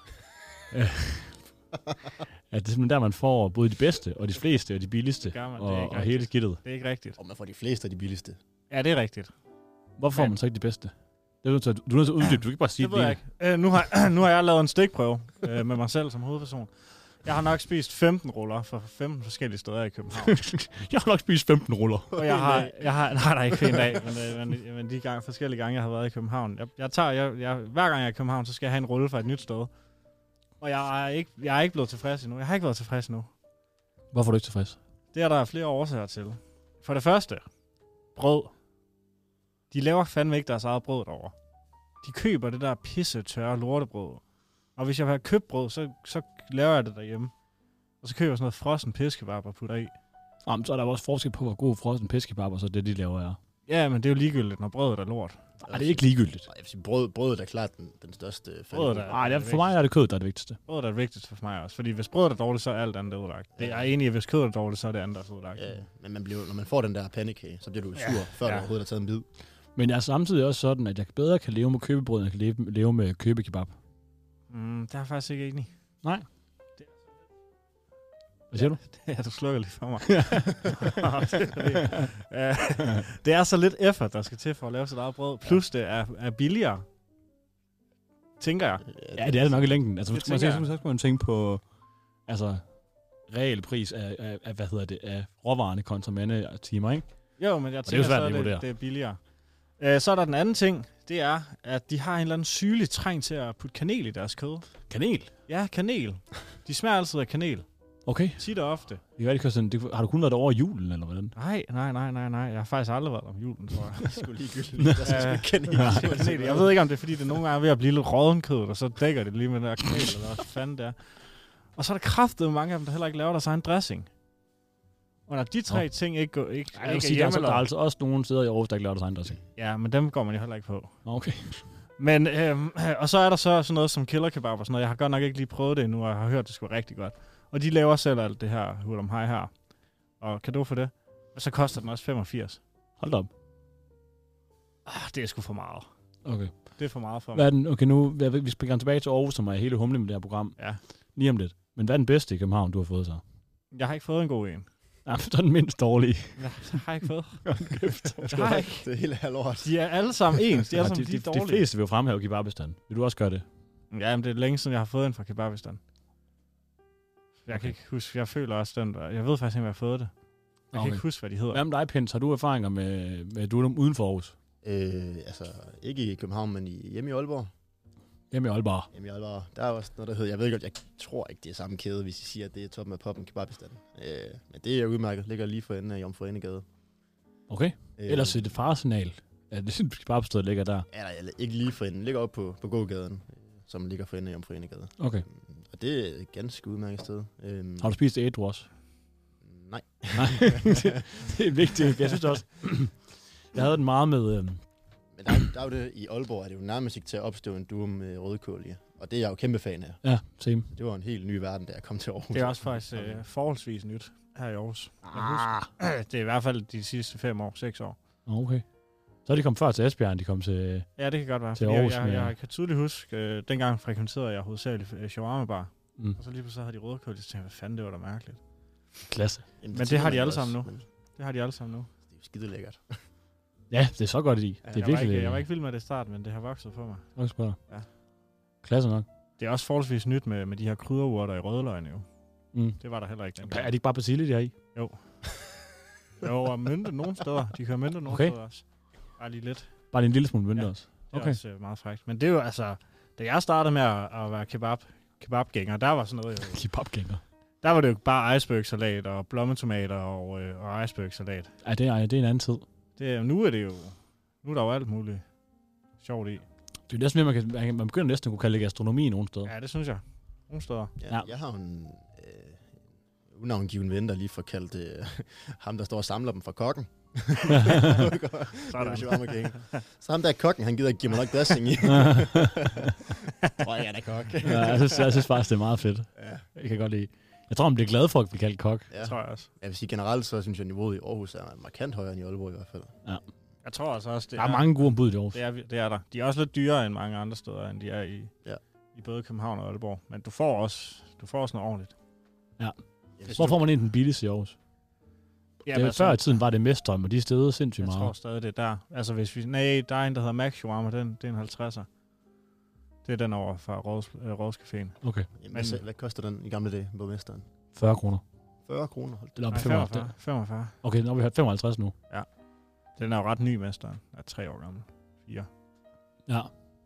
Ja, det er simpelthen der, man får både de bedste, og de fleste, og de billigste, man, og, og hele skidtet. Det er ikke rigtigt. Og man får de fleste af de billigste. Ja, det er rigtigt. Hvorfor får Men- man så ikke de bedste? Det er du, nødt til, du er nødt til at uddybe. Du kan ikke bare sige Det ved jeg ikke. Øh, nu, har, nu har jeg lavet en stikprøve øh, med mig selv som hovedperson. Jeg har nok spist femten ruller fra femten forskellige steder i København. Jeg har nok spist femten ruller. Og jeg har, jeg har, nej, nej, ikke en dag, men, øh, men, men de gang, forskellige gange, jeg har været i København. Jeg, jeg tager, jeg, jeg, hver gang jeg er i København, så skal jeg have en rulle fra et nyt sted. Og jeg er ikke, jeg er ikke blevet tilfreds endnu. Jeg har ikke været tilfreds endnu. Hvorfor er du ikke tilfreds? Det er der flere årsager til. For det første, brød. De laver fandme ikke deres eget brød derovre. De køber det der pisse tørre lortebrød. Og hvis jeg vil have købt brød, så, så laver jeg det derhjemme. Og så køber jeg sådan noget frossen piskebab og putter i. Jamen, så er der også forskel på, hvor god frossen piskebab og så det, de laver er. Ja, men det er jo ligegyldigt, når brødet er lort. Nej, det er ikke ligegyldigt. Jeg vil sige, brød, brødet er klart den, den største Brødet faldgruppe. er- Nej, for mig er det kød, der er det vigtigste. Brødet er det vigtigste for mig også. Fordi hvis brødet er dårligt, så er alt andet ødelagt. Det er enig i, at hvis kødet er dårligt, så er det andet også ødelagt. Ja, men man bliver, når man får den der pandekage, så bliver du sur, Ja, før ja. du overhovedet har taget en bid. Men jeg er samtidig også sådan, at jeg bedre kan leve med købebrød, end jeg kan leve, leve med købekebab. Mm, det er jeg faktisk ikke enig i. Nej. Hvad siger du? Ja, du slukker lige for mig. Øh, det er så lidt effort, der skal til for at lave sit eget brød. Plus det er, er billigere. Tænker jeg. Ja, det er det nok i længden. Altså, Det skal man tænker tænke, så skal man tænke på altså, reel pris af, af, af, hvad hedder det, af råvarerne kontra mandetimer, ikke? Jo, men jeg Og det er jo tænker, svært så at er vurdere. det, det er billigere. Øh, så er der den anden ting. Det er, at de har en eller anden sygelig træng til at putte kanel i deres kød. Kanel? Ja, kanel. De smager altid af kanel. Okay. Tit og ofte. Det kan være, sådan, det, har du kun været over julen, eller hvordan? Nej, nej, nej, nej, nej. Jeg har faktisk aldrig været om julen, tror jeg. Det er sgu ligegyldigt. Der skal sgu ikke kanel. Ja, kanel. Jeg ved ikke, om det er, fordi det nogle gange er ved at blive lidt rådenkød, og så dækker det lige med den der kanel, eller hvad fanden det er. Og så er der kraftet mange af dem, der heller ikke laver deres egen dressing. Og når de tre Nå. ting ikke, går, ikke, Ej, jeg vil ikke sige, der, er, så- der er hjemmelavet- altså også nogle steder i Aarhus, der ikke laver deres egen dressing. Ja, men dem går man jo heller ikke på. Okay. Men, øhm, og så er der så sådan noget som killer kebab og sådan noget. Jeg har godt nok ikke lige prøvet det endnu, og jeg har hørt, det skulle rigtig godt. Og de laver selv alt det her hurlum hej her. Og kan du for det? Og så koster den også femogfirs. Hold da op. Ah, det er sgu for meget. Okay. Det er for meget for Hvad mig. er den? Okay, nu jeg ved, vi springer tilbage til Aarhus, som er hele humlen med det her program. Ja. Lige om lidt. Men hvad er den bedste i København, du har fået så? Jeg har ikke fået en god en. Ja, så er den mindst dårlige. Ja, det har jeg ikke fået. Kæft. Det har jeg ikke. Det er helt halvåret. De er alle sammen ens. De er Ja, alle de, sammen de, lige de, dårlige. de fleste vil jo fremhæve Kebabistan. Vil du også gøre det? Ja, men det er længe siden, jeg har fået en fra Kebabistan. Jeg kan ikke huske, jeg føler også den der. Jeg ved faktisk ikke, hvad jeg har fået det. Jeg Okay. kan ikke huske, hvad de hedder. Hvad med dig, Pins? Har du erfaringer med, med du er dem uden for Aarhus? Øh, altså, ikke i København, men i, hjemme i Aalborg. Hjemme i Aalborg. Hjemme i Aalborg. Der er også noget, der hedder, jeg ved godt, jeg tror ikke, det er samme kæde, hvis I siger, at det er toppen af poppen Kebabistan. Øh, men det er udmærket. Ligger lige for enden af Jomfru Enegade. Okay. Øh, Ellers er det faresignal. Ja, det er Kebabstedet ligger der. Ja, nej, ikke lige for enden. Ligger oppe på, på gågaden, øh, som ligger for enden af Jomfru Enegade. Okay. Og det er et ganske udmærket sted. Øh, Har du spist ædru også? Nej. Nej, det, det er vigtigt. Jeg synes også, jeg havde den meget med... Øhm, Men der, der er jo det, i Aalborg er det jo nærmest ikke til at opstå en duo med rødkål i. Og det er jeg jo kæmpe fan af. ja, same. Det var en helt ny verden, da jeg kom til Aarhus. Det er også faktisk øh, forholdsvis nyt her i Aarhus. Jeg Ah. husker, det er i hvert fald de sidste fem år, seks år. Okay. Så er de kommet før til Esbjerg, end de kom til... Ja, det kan godt være. Til Fordi Aarhus jeg, jeg, med- jeg kan tydeligt huske, øh, dengang frekventerede jeg hovedsageligt øh, shawarma bar. Mm, Og så lige pludselig havde de rødkål, så tænkte jeg, hvad fanden, det var da mærkeligt. klasse. Jamen, Men det har de tænker man alle også, sammen nu. men Det har de alle sammen nu. Det er jo skide lækkert. Ja, det er så godt i. Ja, Det er jeg, var virkelig... ikke, jeg var ikke vild med det i starten, men det har vokset på mig. Nok spørger. Ja. Klasse nok. Det er også forholdsvis nyt med, med de her krydderurter i rødløgn jo. Mm. Det var der heller ikke. Er dengang. det ikke bare persille, de har i? Jo, og mynte nogle steder. De kører mynte nogle Okay. steder også. Bare lige lidt. Bare lige en lille smule mynte Ja. også. Det er Okay. også øh, meget frækt. Men det er jo altså... Da jeg startede med at, at være kebab, kebabgænger, der var sådan noget jo... Kebabgænger. Der var det jo bare icebergsalat og blommetomater og, øh, og icebergsalat. Ej, det er, det er en anden tid. Det, er- nu er det jo... Nu er der jo alt muligt sjovt i. Det er næsten mere, man, kan, man, kan- man begynder næsten at kunne kalde det gastronomi nogle steder. Ja, det synes jeg. Nogle steder. Ja, Ja. ja. Jeg har jo en øh, unavngiven ven, der lige får kaldt øh, ham, der står og samler dem fra kokken. Sådan. Så ham der er kokken, han gider ikke give mig nok dressing i. Tror jeg, han er kok. Ja, jeg, synes, jeg synes faktisk, det er meget fedt. Ja. Jeg kan godt lide. Jeg tror, man bliver glad for at blive kaldt kok. Ja. Det tror jeg også. Jeg vil sige generelt, så synes jeg, at niveauet i Aarhus er markant højere end i Aalborg i hvert fald. Jeg tror altså også, det Der er mange gode bud i Aarhus. Det er, det er der. De er også lidt dyrere end mange andre steder, end de er i, Ja. i både København og Aalborg. Men du får også, du får også noget ordentligt. Jeg Hvor får man egentlig den billigste i Aarhus? Ja, det, før i tiden var det Mesteren, og de stedede sindssygt meget. Jeg meget. tror stadig, det er der. Altså, hvis vi... Nej, der er en, der hedder Max Shawarma, den, det er en halvtredser. Det er den over fra Råds, øh, Rådscaféen. Okay. Jamen, hvad, hvad koster den i gamle dage på Mesteren? fyrre kroner. fyrre kroner? Hold Eller op Nej, femogfyrre. femogfyrre. Okay, nu er vi femoghalvtreds nu. Ja. Den er jo ret ny, Mesteren. Den er tre år gammel. Fire. Ja.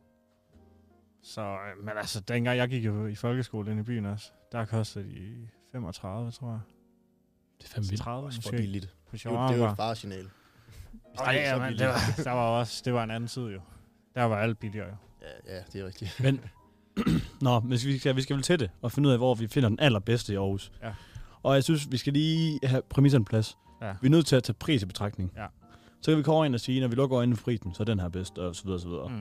Så, øh, men altså, dengang jeg gik jo i folkeskole inde i byen også, der kostede de femogtredive, tror jeg. Det er fandme vildt. tredive Også for måske. billigt. På Det var, det shawarma. var farsignal. Ej, ja, men det var, der var også, det var en anden tid jo. Der var alt billigere jo. Ja, ja, det er rigtigt. Men, nå, men vi skal, vi skal vel til det, og finde ud af, hvor vi finder den allerbedste i Aarhus. Ja. Og jeg synes, vi skal lige have præmisserne på plads. Ja. Vi er nødt til at tage pris i betragtning. Ja. Så kan vi komme ind og sige, når vi lukker øjnene for prisen, så er den her bedst, og så videre, så videre. Mm.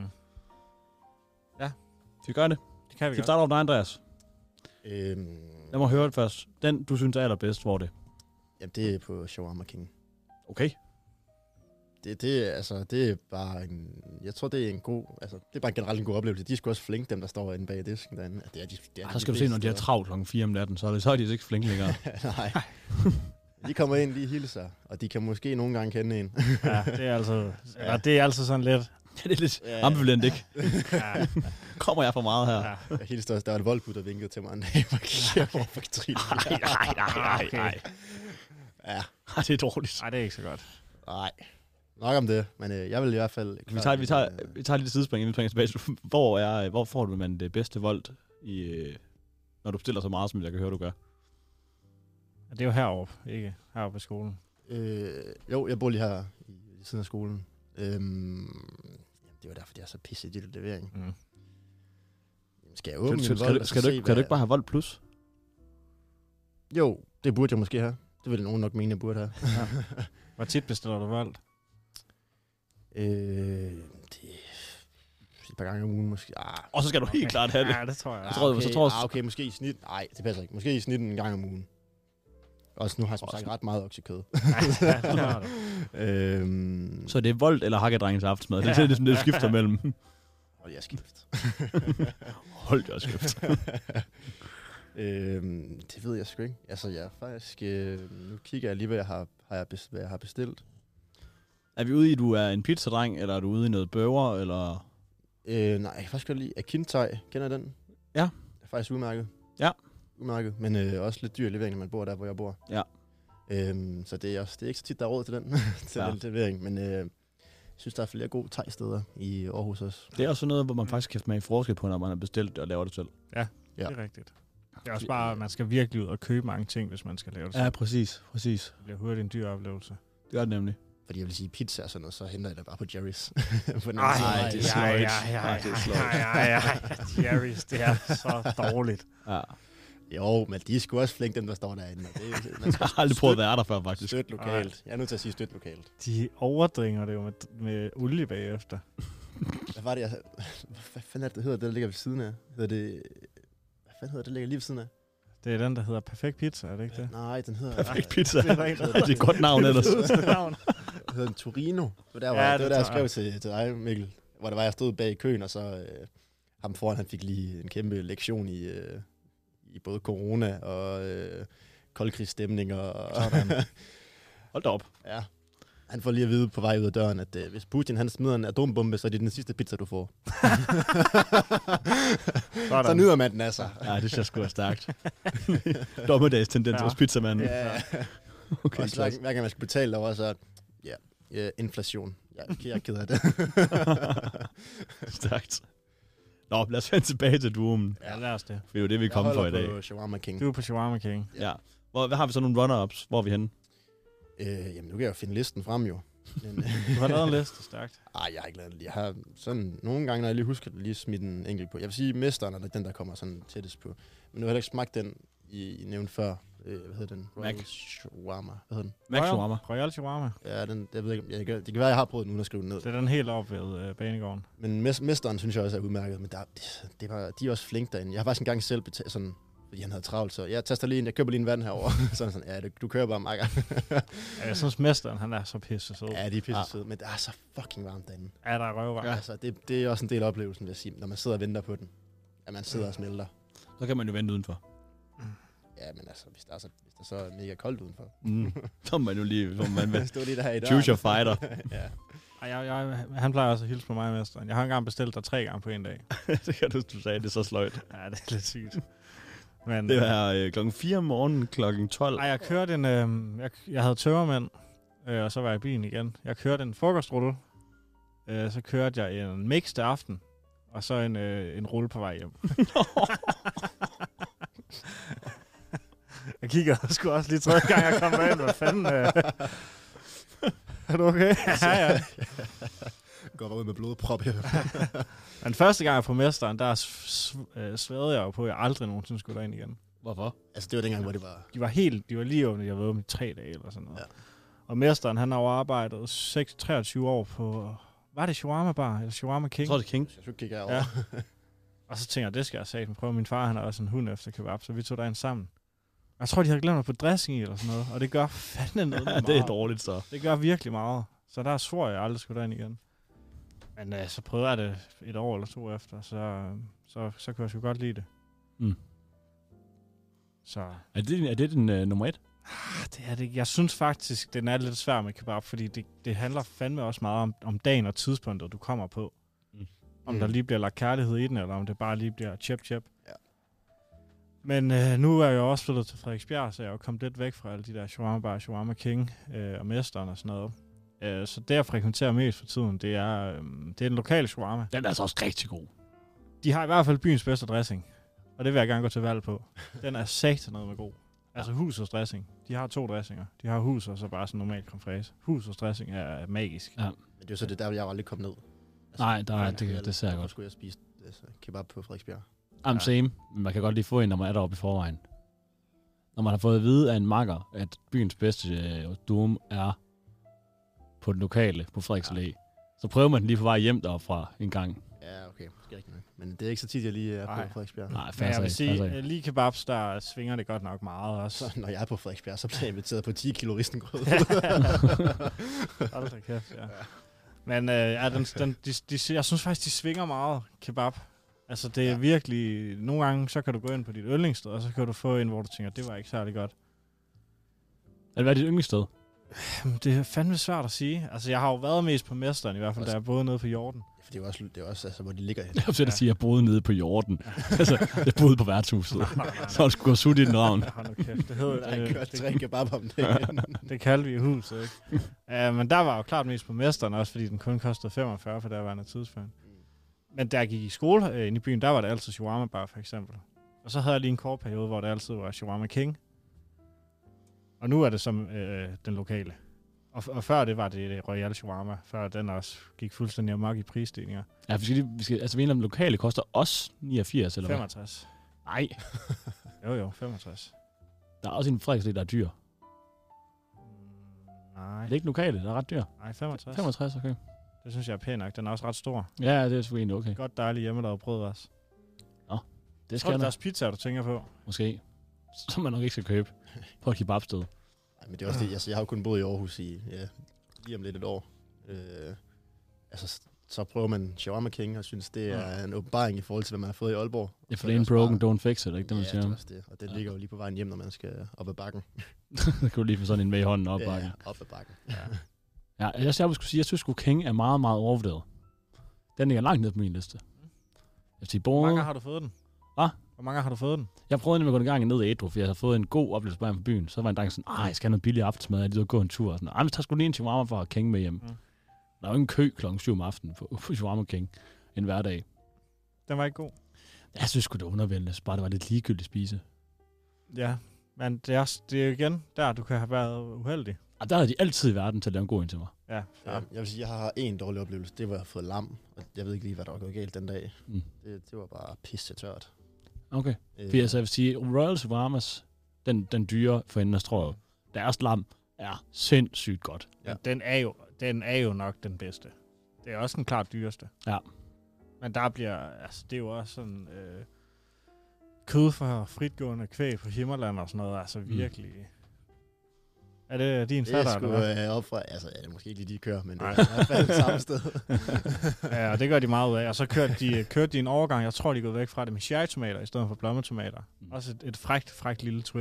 Ja. Skal vi gøre det? Det kan vi Skal vi godt. starte over dig, Andreas? Øhm, Lad mig høre det først. Den, du synes er allerbedst, hvor er det? jamen, det er på Shawarma King. Okay. Det, det, er, altså, det er bare en... Jeg tror, det er en god... Altså, det er bare generelt en god oplevelse. De er sgu også flinke, dem der står inde bag disken derinde. Det er de, det er Ej, de så skal du se, når de har bedste. travlt klokken fire om natten, så er, det, så er de ikke flinke længere. Nej. De kommer ind, de hilser, og de kan måske nogle gange kende en. Ja, det er altså, ja. det er altså sådan lidt... Ja, det er lidt Ja. ambivalent, ikke? Ja. Kommer jeg for meget her? Ja. Jeg hilste også, der var en voldbud, der vinkede til mig en dag, hvor jeg var for Katrine. Nej, nej, nej, nej, nej. Ja, Ej, det er dårligt. Nej, det er ikke så godt. nej. Nok om det, men øh, jeg vil i hvert fald... Vi tager, vi tager, vi tager lidt sidespring, inden vi springer tilbage. Hvor, er, hvor får du man det bedste vold, i, øh, når du bestiller så meget, som jeg kan høre, du gør? Det er jo heroppe, ikke heroppe på skolen. Øh, jo, jeg bor lige her i, i siden af skolen. Øhm, det var derfor, det er så pisse i det levering. Mm. Skal jeg Skal, åbne skal, min skal, vold du, og så skal, du, se, ikke- kan du hvad- ikke bare have vold plus? Jo, det burde jeg måske have. Det ville nogen nok mene, jeg burde have. Hvor tit bestiller du voldt? øh, det et par gange om ugen måske. Ah, Og så skal du helt Okay. klart have det. Ja, det tror jeg. ah, tror jeg- okay, så tror jeg- ah, okay, måske i snit. Nej, det passer ikke. Måske i snit en gang om ugen. Også nu har jeg som sagt ret meget oksekød. Ja, det har du. øhm, Så det er vold eller hakkedrengens aftensmad. Det er det, det skifter mellem. og jeg skift. Hold det også skift. øhm, det ved jeg sgu ikke. Altså, jeg er faktisk... Øh, nu kigger jeg lige, hvad jeg har, har jeg bes, hvad jeg har bestilt. Er vi ude i, at du er en pizzadreng, eller er du ude i noget bøver, eller... Øh, nej, jeg kan faktisk godt lide Akintai. Kender I den? Ja. Det er faktisk udmærket. Ja. Udmærket, men øh, også lidt dyr levering, når man bor der, hvor jeg bor. Ja. Øhm, så det er, også, det er ikke så tit, der er råd til den, til Ja. den levering. Men øh, jeg synes, der er flere gode thai-steder i Aarhus også. Det er også noget, hvor man faktisk kan smage forskel på, når man har bestilt det og laver det selv. Ja, Ja. det er rigtigt. Det er også bare, at man skal virkelig ud og købe mange ting, hvis man skal lave det. Ja, præcis. Præcis. Det bliver hurtigt en dyr oplevelse. Det gør det nemlig. Fordi jeg vil sige, pizza og sådan noget, så henter jeg det bare på Jerry's. på den Ej, anden side. nej, det er ja, sløjt. ja, ja, Nej, ja, det er sløjt. ja, ja, ja. Jerry's, det er så dårligt. Ja. Jo, men de er sgu også flinke, dem der står derinde. Og det, man skal Jeg har aldrig prøvet at være der før, faktisk. støtte lokalt. Jeg er nødt til at sige støtte lokalt. De overdringer det jo med, med olie bagefter. Hvad var det, jeg... Hvad fanden er det, det hedder, det der ligger ved siden af? Hedder det... Hvad fanden hedder det, der ligger lige ved siden af? Det er den, der hedder Perfekt Pizza, er det ikke det? Nej, den hedder... Perfekt pizza. Det er rigtigt. Det er et godt navn ellers. navn. Den hedder en Torino. Det var der, hvor, Ja, ja, det det var der jeg tror skrev jeg. til, til dig, Mikkel. Hvor det var, jeg stod bag i køen, og så... Øh, ham foran, han fik lige en kæmpe lektion i, øh, i både corona og øh, koldkrigsstemning og... Hold da op. Ja. Han får lige at vide på vej ud af døren, at øh, hvis Putin han smider en atombombe, så er det den sidste pizza, du får. Så nyder man den altså. Ja, det synes jeg sgu er stærkt. Dommedags tendens Ja. hos pizzamanden. Ja. Okay, Og så hver, hver gang man skal betale derovre, så ja, ja, inflation. Jeg, jeg er ked af det. Stærkt. Nå, lad os vende tilbage til duomen. Ja, lad os det. For det er jo det, vi er kommet for i dag. på Shawarma King. Du er på Shawarma King. Ja. Hvor, hvad har vi så nogle runner-ups? Hvor er vi henne? Øh, jamen, nu kan jeg jo finde listen frem jo. Men, Du har lavet en liste, stærkt. ej, jeg har ikke lavet det. Jeg har sådan nogle gange, når jeg lige husker det, lige smidt en enkelt på. Jeg vil sige, mesteren er den, der kommer sådan tættest på. Men nu har jeg heller ikke smagt den, I, I nævnte før. Øh, hvad hedder den? Mac. Royal Shawarma. Hvad hedder den? Max Shawarma. Royal Shawarma. Ja, den, jeg ved ikke, jeg, det kan være, jeg har prøvet den uden at skrive den ned. Det er den helt op ved uh, banegården. Men mes- mesteren synes jeg også er udmærket, men der, det, det var, de er også flinke derinde. Jeg har faktisk engang selv betalt sådan, fordi han havde travlt, så jeg taster lige en, jeg køber lige en vand herover. sådan sådan, ja, du, du kører bare, makker. Ja, jeg synes, mesteren, han er så pisse sød. Ja, de er pisse søde, men det er så fucking varmt derinde. Ja, der er røvvarmt. Ja. Altså, det, det er også en del af oplevelsen, vil jeg sige, når man sidder og venter på den. At man sidder og smelter. Så kan man jo vente udenfor. Ja, men altså, hvis der er så, hvis det så er mega koldt udenfor. Mm. Så man jo lige, hvor man vil stå lige der i døren. choose your fighter. Ja. Ej, jeg, jeg, han plejer også at hilse på mig, mesteren. Jeg har engang bestilt dig tre gange på en dag. Det kan du, du sagde, det er så sløjt. Ja, det er lidt sygt. Men, Det var øh, klokken fire om morgenen, klokken tolv. Ej, jeg kørte en... Øh, jeg, jeg havde tømmermænd, øh, og så var jeg i bilen igen. Jeg kørte en frokstrulle. Øh, så kørte jeg en mixed aften, og så en, øh, en rulle på vej hjem. Jeg kigger sgu også lige tredje gang, jeg kom ind. Hvad fanden? Øh? Er du okay? Ja, ja. Går bare ud med blodprop her. Men første gang jeg på mesteren, der sværede jeg jo på, at jeg aldrig nogensinde skulle derind igen. Hvorfor? Altså, det var dengang, hvor det var... De var helt, de var lige åbne, jeg var åbne i tre dage eller sådan noget. Ja. Og mesteren, han har jo arbejdet treogtyve år på, var det Shawarma Bar, eller Shawarma King? Jeg tror, det er King. Jeg skulle kigge herover. Ja. Og så tænker jeg, det skal jeg satme prøve. Min far, han er også en hund efter kebab, så vi tog derind sammen. Og jeg tror, de havde glemt at få dressing i eller sådan noget, og det gør fandme noget meget. Det er dårligt så. Det gør virkelig meget. Så der svor jeg aldrig skulle derind igen. Men øh, så prøvede jeg det et år eller to efter, så, så, så kunne jeg sgu godt lide det. Mm. Så... Er det, er det den uh, nummer et? Ah, det er det. Jeg synes faktisk, den er lidt svær med kebab, fordi det, det handler fandme også meget om, om dagen og tidspunktet, du kommer på. Mm. Om mm. der lige bliver lagt kærlighed i den, eller om det bare lige bliver chip-chip. Ja. Men øh, nu er jeg jo også flyttet til Frederiksbjerg, så jeg er jo kommet lidt væk fra alle de der Shawarma Bar, Shawarma King øh, og Mesteren og sådan noget. Øh, så det, jeg frekventerer mest for tiden, det er, øh, det er den lokale shawarma. Den er altså også rigtig god. De har i hvert fald byens bedste dressing, og det vil jeg gerne gå til valg på. Den er satan noget med god. Altså husets dressing. De har to dressinger. De har hus og så bare sådan normal creme fraise. Husets dressing er magisk. Ja. Men det er jo så det der, jeg aldrig kom ned. Altså, Nej, der er, det, det ser jeg godt. skulle jeg spise altså, kebab på Frederiksbjerg. I'm ja. Same, men man kan godt lige få en, når man er deroppe i forvejen. Når man har fået at vide af en makker, at byens bedste øh, duum er på den lokale, på Frederiks Allé, ja. Så prøver man den lige på vej hjem deroppe fra en gang. Ja, okay. Måske ikke nok. Men det er ikke så tit, jeg lige er Ej. på Frederiksbjerg. Nej, men jeg vil sige, lige kebabs, der svinger det godt nok meget også. Så når jeg er på Frederiksbjerg, så bliver jeg inviteret på ti kilo ristengrød. Hold da kæft, ja. ja. Men øh, ja, den, den, de, de, jeg synes faktisk, de svinger meget, kebab. Altså, det er ja. virkelig... Nogle gange, så kan du gå ind på dit yndlingssted, og så kan du få en, hvor du tænker, det var ikke særlig godt. Er det hvad er dit yndlingssted? Det er fandme svært at sige. Altså, jeg har jo været mest på Mesteren, i hvert fald, også, da jeg boede nede på Jorden. Ja, for det er også, det er også altså, hvor de ligger. Jeg vil sige, at jeg boede nede på Jorden. altså, jeg boede på værtshuset. Nej, nej, nej. Så jeg skulle gå sut i den ravn. Hold nu kæft, det hedder... Der har kørt tre kebab om dagen. Det kaldte vi i huset, ikke? uh, men der var jo klart mest på Mesteren også, fordi den kun kostede femogfyrre for derværende tidspunkt. Men da jeg gik i skole øh, inde i byen, der var det altid Shawarma Bar, for eksempel. Og så havde jeg lige en kort periode, hvor det altid var Shawarma King. Og nu er det som øh, den lokale. Og, og før det var det Royal Shawarma, før den også gik fuldstændig amok i prisstigninger. Ja, vi skal, vi skal, altså vi den lokale koster også niogfirs, eller femogtres. Hvad? Nej. jo, jo, femogtres. Der er også en Frederiksallé, der er dyr. Mm, nej. Det er ikke lokale, der er ret dyr. Nej, femogtres. femogtres, okay. Det synes jeg er pænt nok. Den er også ret stor. Ja, det er selvfølgelig egentlig okay. Godt dejligt hjemmelavet brød også. Nå, det skal jeg. Deres pizza, du tænker på? Måske. Som man nok ikke skal købe på et kebabsted. Nej, men det er også det. Altså, jeg har jo kun boet i Aarhus i ja, lige om lidt et år. Øh, altså, så prøver man Shawarma King og synes, det er en åbenbaring i forhold til, hvad man har fået i Aalborg. Ja, for det er en broken, bare... don't fix it, ikke det, man ja, siger? det er også det. Og det ja. ligger jo lige på vejen hjem, når man skal op ad bakken. Så kan du lige få sådan en med i hånden op ad bakken. Ja, op ad bakken. Ja. Ja, jeg, jeg skulle sige, jeg synes, at King er meget, meget overvurderet. Den ligger langt ned på min liste. Jeg siger, Hvor mange har du fået den? Hvad? Hvor mange har du fået den? Jeg prøvede nemlig at gå en gang ned i Ædru, for jeg havde fået en god oplevelse på byen. Så var en dag sådan, ej, jeg skal have noget billig aftensmad, jeg lige gå en tur. Og sådan, ej, men tager sgu lige en shawarma for at King med hjem. Mm. Der var jo en kø klokken syv om aftenen på, på Shawarma King en hverdag. Den var ikke god? Jeg synes sgu, det var undervældende. Bare det var lidt ligegyldigt at spise. Ja, men det er, det er igen der, du kan have været uheldig. Og der er de altid i verden til at lave en god en til mig. Ja. Ja, jeg vil sige, jeg har en dårlig oplevelse. Det var, at jeg har fået lam. Og jeg ved ikke lige, hvad der var gået galt den dag. Mm. Det, det var bare pisse tørt. Okay. Øh. For altså, jeg vil sige, Royal Shawarmas, den, den dyre for enden af strøget, deres lam er sindssygt godt. Ja. Den, er jo, den er jo nok den bedste. Det er også den klart dyreste. Ja. Men der bliver, altså det er jo også sådan, øh, kød fra fritgående kvæg på Himmerland og sådan noget, altså virkelig... Mm. Er det din fatter, eller hvad? Det er sgu op fra, altså ja, det er måske ikke lige de kører, men det er i hvert fald det samme sted. Ja, og det gør de meget ud af. Og så kørte de, kørte de en overgang, jeg tror, de er gået væk fra det med cherrytomater i stedet for blommetomater. Mm. Også et, et frækt, frækt lille twist.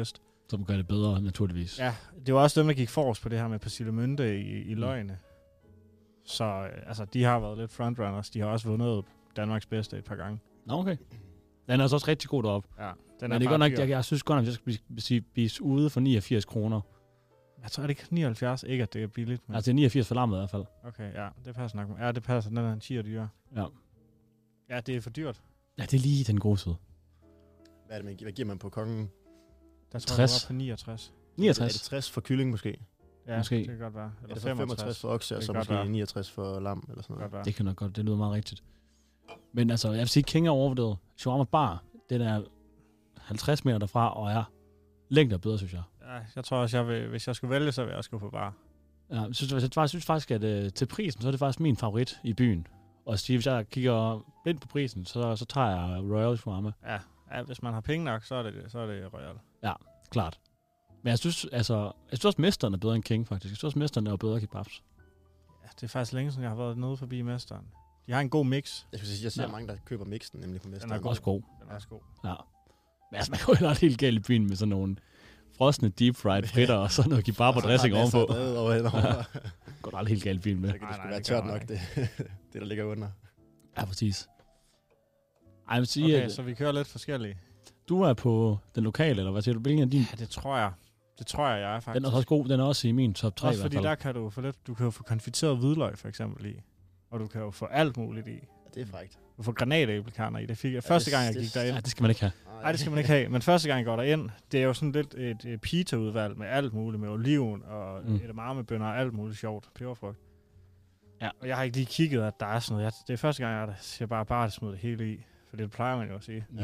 Som gør det bedre, naturligvis. Ja, det var også dem, der gik forrest på det her med Persillemynte i, i løgne. Mm. Så øh, altså, de har været lidt frontrunners. De har også vundet Danmarks bedste et par gange. Nå, okay. Den er altså også rigtig god deroppe. Ja, den Men er det er godt nok, dyr. jeg, jeg synes godt nok, at jeg skal blive, blive, blive ude for niogfirs kroner. Jeg tror, det ikke nioghalvfjerds. Ikke, at det er billigt. Men... Altså, det er niogfirs for lammet i hvert fald. Okay, ja, det passer nok. Ja, det passer. Den er en tier dyre. Ja. Ja, det er for dyrt. Ja, det er lige den gode side. Hvad, er det, man, hvad giver man på kongen? Der tror tres. jeg, var på niogtres. niogtres? Er det tres for kylling måske? Ja, Måske. det kan godt være. Eller Er det for femogtres for okse, og så måske være. niogtres for lam, eller sådan noget? Godt Det kan nok godt, det lyder meget rigtigt. Men altså, jeg vil sige, King er overvurderet. Shawarma Bar, den er halvtreds meter derfra, og er længder bedre, synes jeg. Ja, jeg tror også, jeg vil, hvis jeg skulle vælge, så vil jeg også gå på bar. Ja, jeg synes, jeg, jeg synes faktisk, at øh, til prisen, så er det faktisk min favorit i byen. Og sige, hvis jeg kigger blind på prisen, så, så tager jeg Royal Shawarma. Ja, ja, hvis man har penge nok, så er det, så er det Royal. Ja, klart. Men jeg synes, altså, jeg synes også, mesteren er bedre end King, faktisk. Jeg synes også, mesteren er bedre kebabs. Ja, det er faktisk længe siden, jeg har været nede forbi mesteren. De har en god mix. Jeg skulle sige, jeg ser Ja. mange, der køber mixen, nemlig på mesteren. Den er god. Også god. Den er også god. Ja. Men altså, man går jo helt galt i byen med sådan nogle frosne deep fried fritter og sådan noget kebab og dressing ovenpå. Over henover. Går der aldrig helt galt i byen med. Så kan det sgu være tørt nok, det, det der ligger under. Ja, præcis. Ej, jeg vil sige, Okay, at så vi kører lidt forskellige. du er på den lokale, eller hvad siger du? Hvilken af din? Ja, det tror jeg. Det tror jeg, jeg er faktisk. Den er også god. Den er også i min top tre Også i hvert fordi fald. der kan du få lidt, du kan jo få konfiteret hvidløg for eksempel i. Og du kan jo få alt muligt i. Ja, det er frækt. Du får granatæblekerner i. Det fik jeg første gang, jeg gik derind. Ja, det skal man ikke have. Nej, det skal man ikke have. Men første gang, jeg går derind, det er jo sådan lidt et, et pita-udvalg med alt muligt. Med oliven og Mm. mm. edamamebønner og alt muligt sjovt. Peberfrugt. Ja. Og jeg har ikke lige kigget, at der er sådan noget. Jeg, det er første gang, jeg er der, siger bare, bare at smide det hele i. For det plejer man jo at sige. Ja.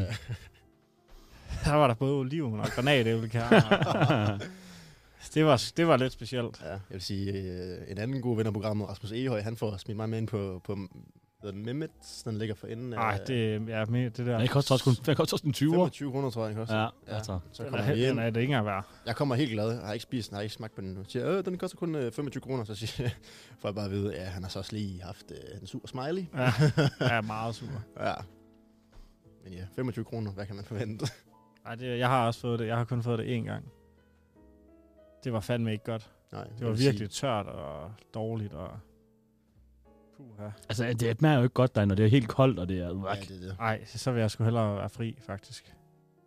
Der var der både oliven og granatæblekerner. det, var, det var lidt specielt. Ja, jeg vil sige, øh, en anden god ven af programmet, Rasmus Ehøj, han får smidt mig med ind på, på den Mehmets, den ligger for enden af... Nej, det ja, med det der. Det koster også kun det koster også en tyver. femogtyve kroner, tror jeg, den koster. Ja, Ja. altså. Så Den kommer er, vi den ind. er det ikke engang værd. Jeg kommer helt glad. Jeg har ikke spist den, jeg har ikke smagt på den. Jeg siger, øh, den koster kun øh, femogtyve kroner. Så siger, får jeg bare at vide, ja, han har så også lige haft øh, en sur smiley. Ja, jeg er meget super. Ja. Men ja, femogtyve kroner, hvad kan man forvente? Nej, det, jeg har også fået det. Jeg har kun fået det én gang. Det var fandme ikke godt. Nej, Det var virkelig tørt og dårligt og... Puha. Altså, det smager jo ikke godt der, når det er helt koldt, og det er... Ja, det er det. Ej, så vil jeg sgu hellere være fri, faktisk.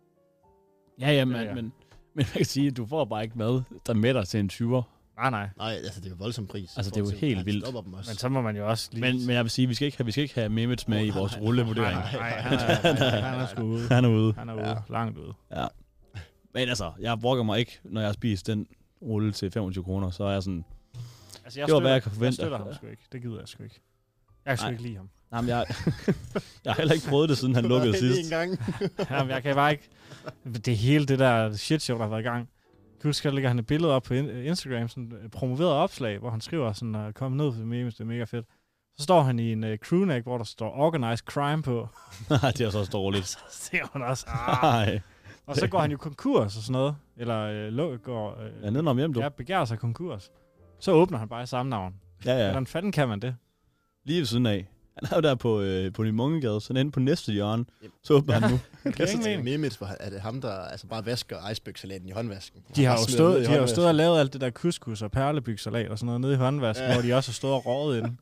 Ja, ja, Det men, er jeg. men, men man kan sige, at du får bare ikke mad, der mætter til en tyver. Nej, nej. Nej, altså det er jo voldsom pris. Altså, det er jo helt vildt. Dem også. Men så må man jo også lige... Men, men jeg vil sige, vi skal ikke have, vi skal ikke have Mehmets med Oh, i nej, vores nej, rullevurdering. Nej, nej, han er, han er sgu ude. Han er ude. Han er ude. Ja. Langt ude. Ja. Men altså, jeg brokker mig ikke, når jeg har spist den rulle til femogtyve kroner, så er jeg sådan... Altså, jeg det var, støtter, hvad jeg kan jeg forvente. støtter ham sgu ikke. Det gider jeg sgu ikke. Jeg kan sgu Nej. ikke lide ham. Nej, men jeg, jeg har heller ikke prøvet det, siden han lukkede sidst. En gang. Jamen, jeg kan bare ikke... Det er hele det der shit show, der har været i gang. Kan du huske, at der ligger han et billede op på in- Instagram, sådan et promoveret opslag, hvor han skriver sådan, at komme ned for memes, det er mega fedt. Så står han i en uh, crewneck, hvor der står Organized Crime på. Nej, det er så også dårligt. Så ser man også, ah. Nej. Og så går han jo konkurs og sådan noget. Eller øh, lå, går... Øh, Ja, nedenom hjem, du. Ja, begærer sig konkurs. Så åbner han bare i samme navn. Ja, ja. Hvordan fanden kan man det? Lige ved siden af. Han er jo der på, øh, på Mungegade, så inde på næste hjørne, så åbner han nu. Det er ingen Mehmets, hvor er det ham, der altså bare vasker icebergsalaten i håndvasken? De har jo smider stået, den ned i de har jo stået og håndvasken. lavet alt det der couscous og perlebygsalat og sådan noget nede i håndvasken, Ja. hvor de også har stået og røget inde.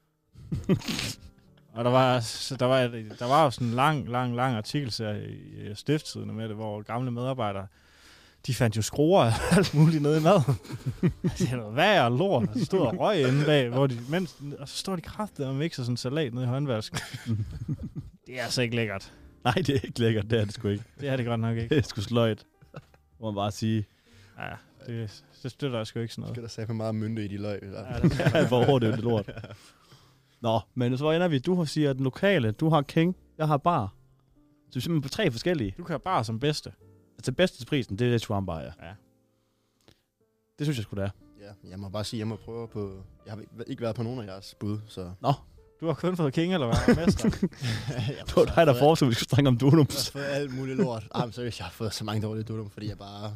Og der var, så der var, der var jo sådan en lang, lang, lang artikelserie i i Stiftstidende med det, hvor gamle medarbejdere, de fandt jo skruer og alt muligt nede i maden. Det er noget værre og lort, og så stod og røg inde bag, hvor de, mens, og så står de kraftigt og mixer sådan en salat nede i håndvasken. Det er altså ikke lækkert. Nej, det er ikke lækkert, det er det sgu ikke. Det er det godt nok ikke. Det er sgu sløjt, må man bare sige. Ja, det, det støtter jeg sgu ikke sådan noget. Skal der sige for meget mynte i de løg? Ja, det Ja, for hårdt, det er jo det lort. Nå, men så ender vi. Du har siger den lokale, du har King, jeg har bar. Så vi er simpelthen på tre forskellige. Du kan bare som bedste. Altså bedste til prisen, det er Shawarma Bar, ja. Ja. Det synes jeg sgu da er. Ja, jeg må bare sige, jeg må prøve på... Jeg har ikke været på nogen af jeres bud, så... Nå. Du har kun fået King, eller hvad? Mester? Det var dig, der foreslog, at vi skulle snakke om Jeg har Dunums. fået alt muligt lort. Ah, men seriøst, jeg har fået så mange dårlige dudum, fordi jeg bare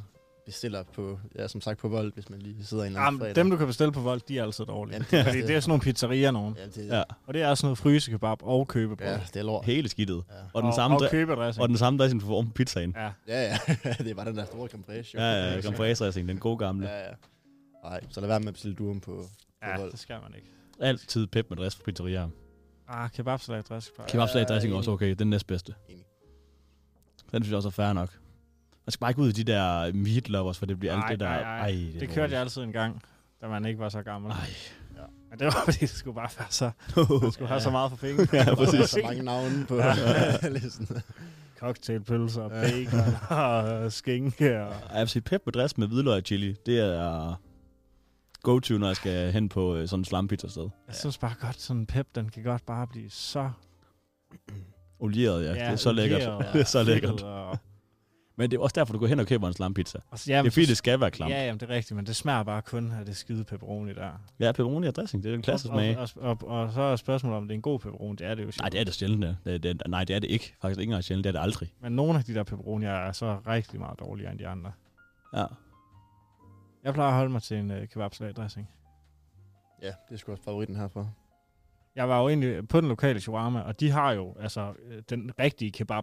bestiller på, ja, som sagt på Volt, hvis man lige sidder en eller Jamen, anden fredag. dem, du kan bestille på Volt, de er altid dårlige. Jamen, det er Fordi det. det er sådan nogle pizzerier nogen. Ja, det, Ja. Og det er sådan noget frysekebab og købebrød. ja, det er lort. Hele skidtet. Ja. Og den og, samme, og dre- købedressing. og den samme dressing, du får oven på pizzaen. Ja. Ja, ja. Det er bare den der store campræs. Ja, ja, campræs-dressing, den gode gamle. Ja, ja. Nej, så lad være med at bestille durum på, på Ja, Volt. det skal man ikke. Altid pep med dress for pizzerier. Ah, kebabsalat dressing. Kebabsalat-dressing er også okay, det er den næstbedste. Enig. Den synes jeg også er fair nok. Man skal bare ikke ud i de der meat lovers, for det bliver alt Ej, det der... ej, ej. Ej, det, Det kørte jeg altid en gang, da man ikke var så gammel. Ej. Ja. Men det var fordi, det skulle bare være så... Man skulle have så meget for penge. Ja, præcis. Så mange navne på Ja. listen. Cocktailpølser, og bacon og skinke. Og... Jeg vil sige pep med dress med hvidløg og chili. Det er go-to, når jeg skal hen på øh, sådan en slampizza-sted. Jeg synes bare godt, sådan en pep, den kan godt bare blive så... Olieret, ja. ja. Det er så lækkert. olieret Det er så og lækkert. fedtet og... Men det er også derfor, du går hen og køber en slampizza. Og så, jamen, Det er fordi, det skal være klamt. Ja, jamen, det er rigtigt, men det smager bare kun af det skide pepperoni der. Ja, pepperoni og dressing, det er en klassisk og, smag. og, og, og, og så er spørgsmålet, om det er en god pepperoni. Det er det jo sjovt. Nej, det er det sjældent, ja. det, det, nej, det er det ikke. Faktisk ikke engang sjældent, det er det aldrig. Men nogle af de der pepperonier er så rigtig meget dårligere end de andre. Ja. Jeg plejer at holde mig til en uh, kebabsalat-dressing. Ja, det er sgu også favoritten herfra. Jeg var jo egentlig på den lokale shawarma, og de har jo altså øh, den rigtige kebab.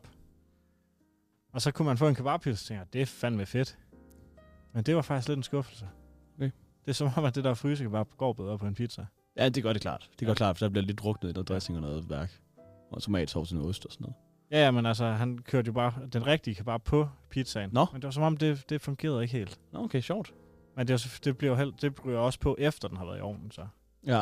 Og så kunne man få en kebabpizza, og tænkte, det er fandme fedt. Men det var faktisk lidt en skuffelse. Okay. Det er som om, at det der frysekebab går bedre på en pizza. Ja, det gør det klart. Det gør klart, for der bliver lidt druknet i noget dressing og noget værk. Og tomatsovs og noget ost og sådan noget. Ja, ja, men altså, han kørte jo bare den rigtige kebab på pizzaen. Nå. Men det var som om, det, det fungerede ikke helt. Nå, okay, sjovt. Men det, var, så- det bliver jo helt, det ryger også på, efter den har været i ovnen, så. Ja.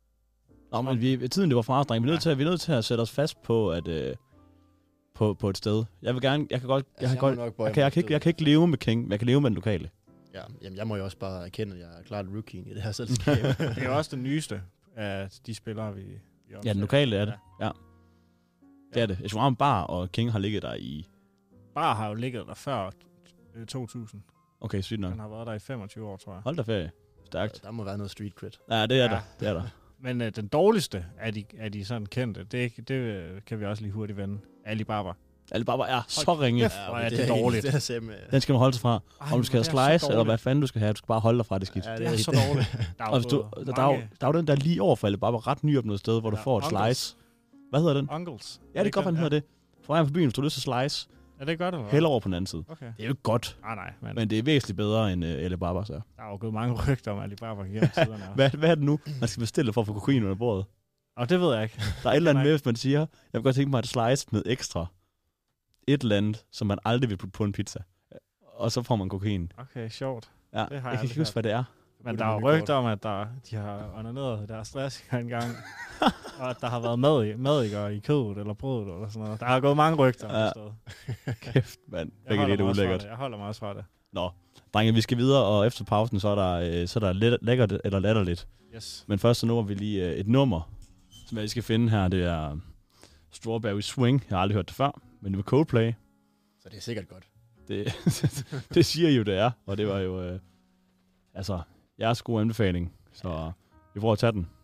Nå, men vi, tiden det var fra os, drenge. Vi er nødt til, vi er nødt til at sætte os fast på, at, øh, på, på et sted. Jeg vil gerne, jeg kan godt, jeg, Altså, kan jeg må godt, nok bøje jeg, kan, mig jeg, kan ikke, til. jeg kan ikke leve med King, men jeg kan leve med den lokale. Ja, jamen, jeg må jo også bare erkende, at jeg er klart rookien i det her selskab. Det er jo også den nyeste af de spillere, vi, vi optager. Ja, den lokale er det. Ja. Det er det. Shawarma Bar og King har ligget der i... Bar har jo ligget der før øh, to tusind. Okay, sygt nok. Den har været der i femogtyve år, tror jeg. Hold da ferie. Stærkt. Der må være noget street cred. Ja, det er Ja. der. Det er der. Men øh, den dårligste af de, af de sådan kendte, det, er ikke- det øh, kan vi også lige hurtigt vende. Alibaba. Alibaba er så ringe. kæft, hvor er det dårligt. Det er simpelthen... Den skal man holde sig fra. Ej, Om du skal hvor have det er så slice, eller dårligt. hvad fanden du skal have, du skal bare holde dig fra det skidt. Ja, Det er så dårligt. Der er Og hvis du, både der, der, er jo, mange der er jo den der lige over for Alibaba, ret nyopnået sted, hvor du Ja, får et Uncles. slice. Hvad hedder den? Uncles. Ja, det kan godt være, den hedder det. For vejen på byen, hvis du har lyst til slice, Er det godt, eller hvad? hælder over på den anden side. Okay. Det er jo ikke godt, Nej, nej. Men, men det er væsentligt bedre end uh, Alibaba, så. der er jo gået mange rygter om Alibaba gennem tiderne. Hvad, hvad er det nu, man skal bestille for at få kokain under bordet? Og det ved jeg ikke. Der er et eller andet Nej. med, hvis man siger, jeg vil godt tænke mig et slice med ekstra. Et eller andet, som man aldrig vil putte på en pizza. Og så får man kokain. Okay, sjovt. Ja, Det har jeg jeg kan aldrig ikke huske, hvad det er. Men det der er må jo vi godt. rygter om, at der, de har onaneret deres dressinger engang. Og at der har været mad, madikker i kødet eller brødet eller sådan noget. Der har gået mange rygter om Ja. det sted. Kæft, mand. Jeg Begge holder det er mig også fra ulækkert. det. Jeg holder mig også fra det. Nå, drenge, vi skal videre, og efter pausen, så er der, øh, så er der let, lækkert eller latterligt. Yes. Men først så når vi lige øh, et nummer, som jeg lige skal finde her. Det er Strawberry Swing. Jeg har aldrig hørt det før, men det var Coldplay. Så det er sikkert godt. Det, det siger jo, det er. Og det var jo, øh, altså, jeres gode anbefaling. Så vi får at tage den.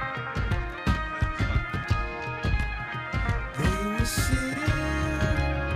They were sitting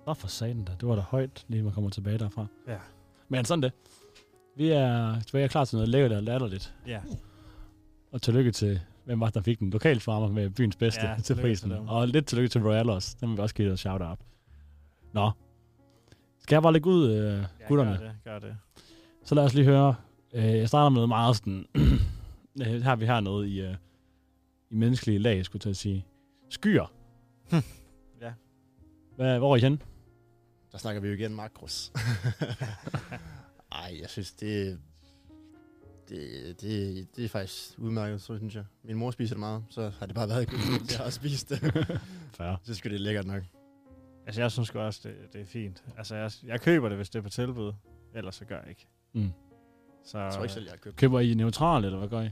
Nå, for satan da. Det var da højt, lige man kommer tilbage derfra. Ja. Men sådan det. Vi er tilbage klar til noget lækkert og latterligt. Ja. Og tillykke til, hvem var der fik den lokale farmer med byens bedste Ja, til prisen. til Og lidt tillykke til Royal også. Den vil vi også give et shout-out. Nå. Skal jeg bare lægge ud, øh, Ja, gutterne? gør det, gør det. Så lad os lige høre. Øh, jeg starter med noget meget sådan... her har vi her noget i, øh, i menneskelige lag, skulle jeg til at sige. Skyer. Ja. Hvad, hvor er I henne? Der snakker vi jo igen makros. Ej, jeg synes, det, det, det, det er faktisk udmærket, så synes jeg. Min mor spiser det meget, så har det bare været godt, jeg har spist det. Fair. Så skulle det lækkert nok. Altså, jeg synes også, det, det er fint. Altså, jeg, jeg køber det, hvis det er på tilbud. Ellers så gør jeg ikke. Mm. Så, Jeg tror ikke selv, jeg har købt det. Køber I neutral, eller hvad gør I?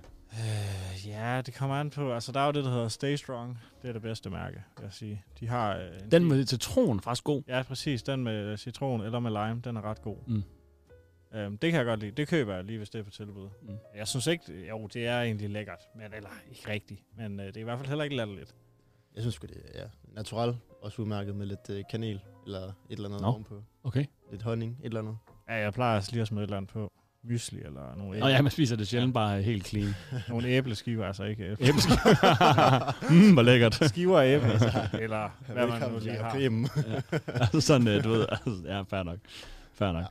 Øh, ja, det kommer an på. Altså, der er jo det, der hedder Stay Strong. Det er det bedste mærke, vil jeg sige. De har... Øh, en Den fin- med citron er faktisk god. Ja, præcis. Den med citron eller med lime, den er ret god. Mm. Øhm, det kan jeg godt lide. Det køber jeg lige, hvis det er på tilbud. Mm. Jeg synes ikke... Jo, det er egentlig lækkert. Men, eller ikke rigtigt. Men øh, det er i hvert fald heller ikke latterligt. Jeg synes sgu, det er ja, natural. Også udmærket med lidt øh, kanel eller et eller andet Nå. ovenpå. Okay. Lidt honning, et eller andet. Ja, jeg plejer altså lige at smide et eller andet på. Mysli eller nogle æble. Nå ja, man spiser det sjældent bare helt clean. Nogle æbleskiver, altså ikke æble. Æbleskiver. mm, hvor lækkert. Skiver af æble, eller hvad man nu Velkommen lige til har. Jakob. Ja. Altså sådan, øh, du ved. Altså, ja, fair nok. Fair nok. Ja.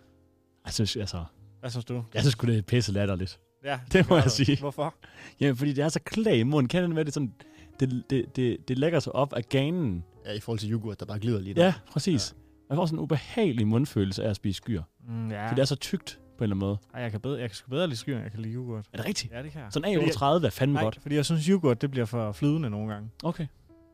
Jeg synes, altså... Hvad synes du? Jeg synes sgu, det er pisse latterligt. Ja, Det må gør jeg du. sige. Hvorfor? Jamen, fordi det er så klag i munden. Kan det være, det sådan... Det, det, det, det lægger sig op af ganen. Ja, i forhold til yoghurt, der bare glider lige der. Ja, præcis. Ja. Man får sådan en ubehagelig mundfølelse af at spise skyer. Mm, ja. For det er så tykt på en eller anden måde. Ej, jeg kan, bedre, jeg kan sgu bedre lide skyr, end jeg kan lide yoghurt. Er det rigtigt? Ja, det kan jeg. Sådan A Fordi otteogtredive er fandme jeg, godt. Nej, fordi jeg synes, yoghurt, det bliver for flydende nogle gange. Okay.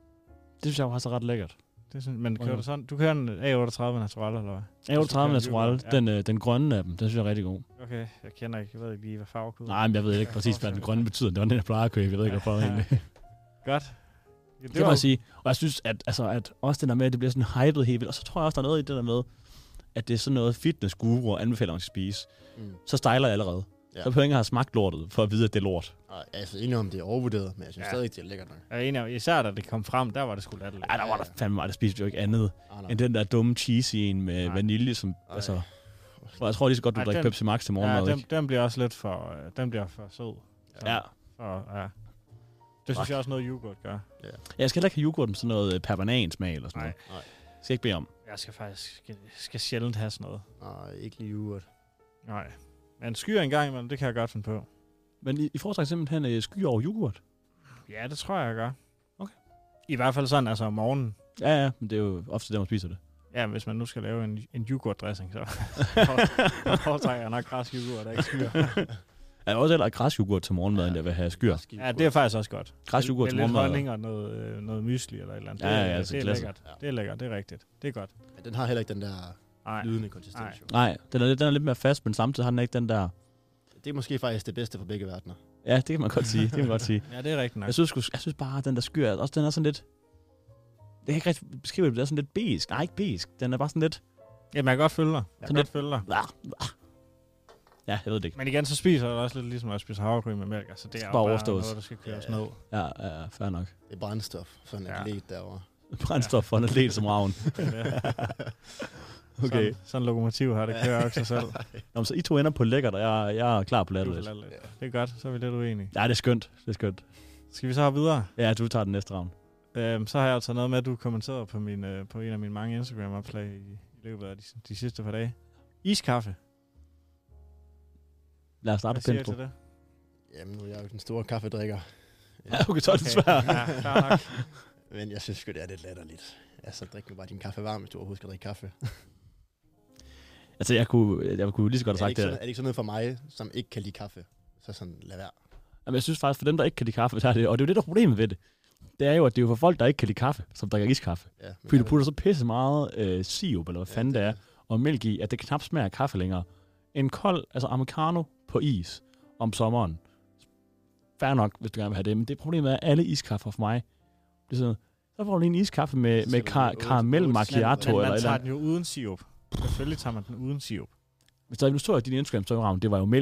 Det synes jeg jo har så ret lækkert. Det synes, men kører Okay. du sådan? Du kører en A otteogtredive natural, eller hvad? A otteogtredive Altså, kører natural, yoghurt, ja. den, øh, den grønne af dem, den synes jeg er rigtig god. Okay, jeg kender ikke, jeg ved ikke lige, hvad farvekoden Nej, men jeg ved ikke præcis, hvad den grønne betyder. Det var den, jeg plejer at købe. Jeg ved ikke, hvorfor egentlig. Godt. Ja, Det, det må jeg sige. Og jeg synes, at, altså, at også det der med, at det bliver sådan hypet helt vildt. Og så tror jeg også, der er noget i det der med, at det er sådan noget fitness-guru anbefaler, man skal spise. Mm. Så stejler jeg allerede. Ja. Så behøver jeg ikke have smagt lortet, for at vide, at det er lort. Ej, jeg er så enig om, det er overvurderet, men jeg synes Ja. ja. stadig, det er lækkert nok. Jeg er enig, om- især da det kom frem, der var det sgu latterligt. Ej, der var der fandme meget, der spiste jo ikke andet. Ah, nej. End den der dumme cheesy en med Nej. vanilje, som, Ej. altså... Og jeg tror lige så godt, du Ej, drikker den- Pepsi Max til Ja, morgenmad, den, ikke? den bliver også lidt for, øh, den bliver for sød. Så, Ja. For, ja. Det synes Fuck. jeg også noget yoghurt gør. Jeg skal heller ikke have yoghurt med sådan noget øh, per banan-smag eller sådan Nej. noget. Nej. Det skal jeg ikke bede om. Jeg skal faktisk skal, skal sjældent have sådan noget. Nej, ikke lige yoghurt. Nej. Men skyer en gang imellem, det kan jeg godt finde på. Men I, I foretrækker simpelthen øh, skyer over yoghurt? Ja, det tror jeg, jeg gør. Okay. I hvert fald sådan, altså om morgenen. Ja, ja, men det er jo ofte der, man spiser det. Ja, hvis man nu skal lave en, en yoghurtdressing, så foretrækker jeg nok græsk yoghurt, og ikke skyer. Jeg har også heller græsyoghurt til morgenmad, end jeg vil have skyer. Ja, det er faktisk også godt. Græsyoghurt Med til lidt morgenmad. honning og noget, øh, noget mysli eller et eller andet. Ja, det, ja, er- altså det er klasse. lækkert. Ja. Det er lækkert, det er rigtigt. Det er godt. Men den har heller ikke den der Nej. lydende konsistens. jo. Nej, den er, lidt- den er lidt mere fast, men samtidig har den ikke den der... Det er måske faktisk det bedste for begge verdener. Ja, det kan man godt sige. Det kan man godt sige. Ja, det er rigtigt nok. Jeg synes, sgu- jeg synes bare, at den der skyer, også den er sådan lidt... Det kan ikke rigtig beskrive det, det er sådan lidt besk. Nej, ikke besk. Den er bare sådan lidt... Jamen, jeg kan godt følge dig. Jeg kan Sådan godt lidt- følge dig. Ah, ah. Ja, jeg ved det ikke. Men igen, så spiser jeg det også lidt ligesom at spise havregryn med mælk. Altså, det er Skal jo bare bare overstås. noget, der skal køres Ja. ned. Ja, ja, ja, fair nok. Det er brændstof for en Ja. atlet derovre. Brændstof for en atlet som ravn. Okay. Sådan, sådan en lokomotiv her, det kører jo ikke sig selv. Nå, så I to ender på lækkert, og jeg, jeg er klar på Du er latterligt. for latterligt. Det er godt, så er vi lidt uenige. Ja, det er skønt. Det er skønt. Skal vi så hoppe videre? Ja, du tager den næste ravn. Øhm, så har jeg jo taget noget med, at du kommenterede på, min, øh, på en af mine mange Instagram-opslag i, i løbet af de, de sidste par dage. Iskaffe. Lad os starte Hvad på siger du Pindstrup. til det? Jamen, nu er jeg jo den store kaffedrikker. Ja, okay, så er det svært. Ja, klar nok. Men jeg synes sgu, det er lidt latterligt. Altså, drik nu bare din kaffe varm, hvis du overhovedet skal drikke kaffe. Altså, jeg kunne, jeg kunne lige så godt er, have det sagt ikke det. sådan, er det ikke sådan noget for mig, som ikke kan lide kaffe? Så sådan, lad være. Jamen, jeg synes faktisk, for dem, der ikke kan lide kaffe, så er det, og det er jo det, der er problemet ved det. Det er jo, at det er jo for folk, der ikke kan lide kaffe, som drikker iskaffe. Ja, men Fordi du kaffe- putter så pisse meget øh, sirup, eller hvad Ja, fanden det er, og mælk i, at det knap smager af kaffe længere. En kold, altså americano på is om sommeren. Fair nok, hvis du gerne vil have det, men det problemet er, at alle iskaffer for mig, det er sådan, så får du lige en iskaffe med, Så med skal du kar- lige otte- karamel otte macchiato, Men eller man eller tager andet. den jo uden sirup. Selvfølgelig tager man den uden sirup. Hvis der nu så jeg din Instagram story, det var jo mælk.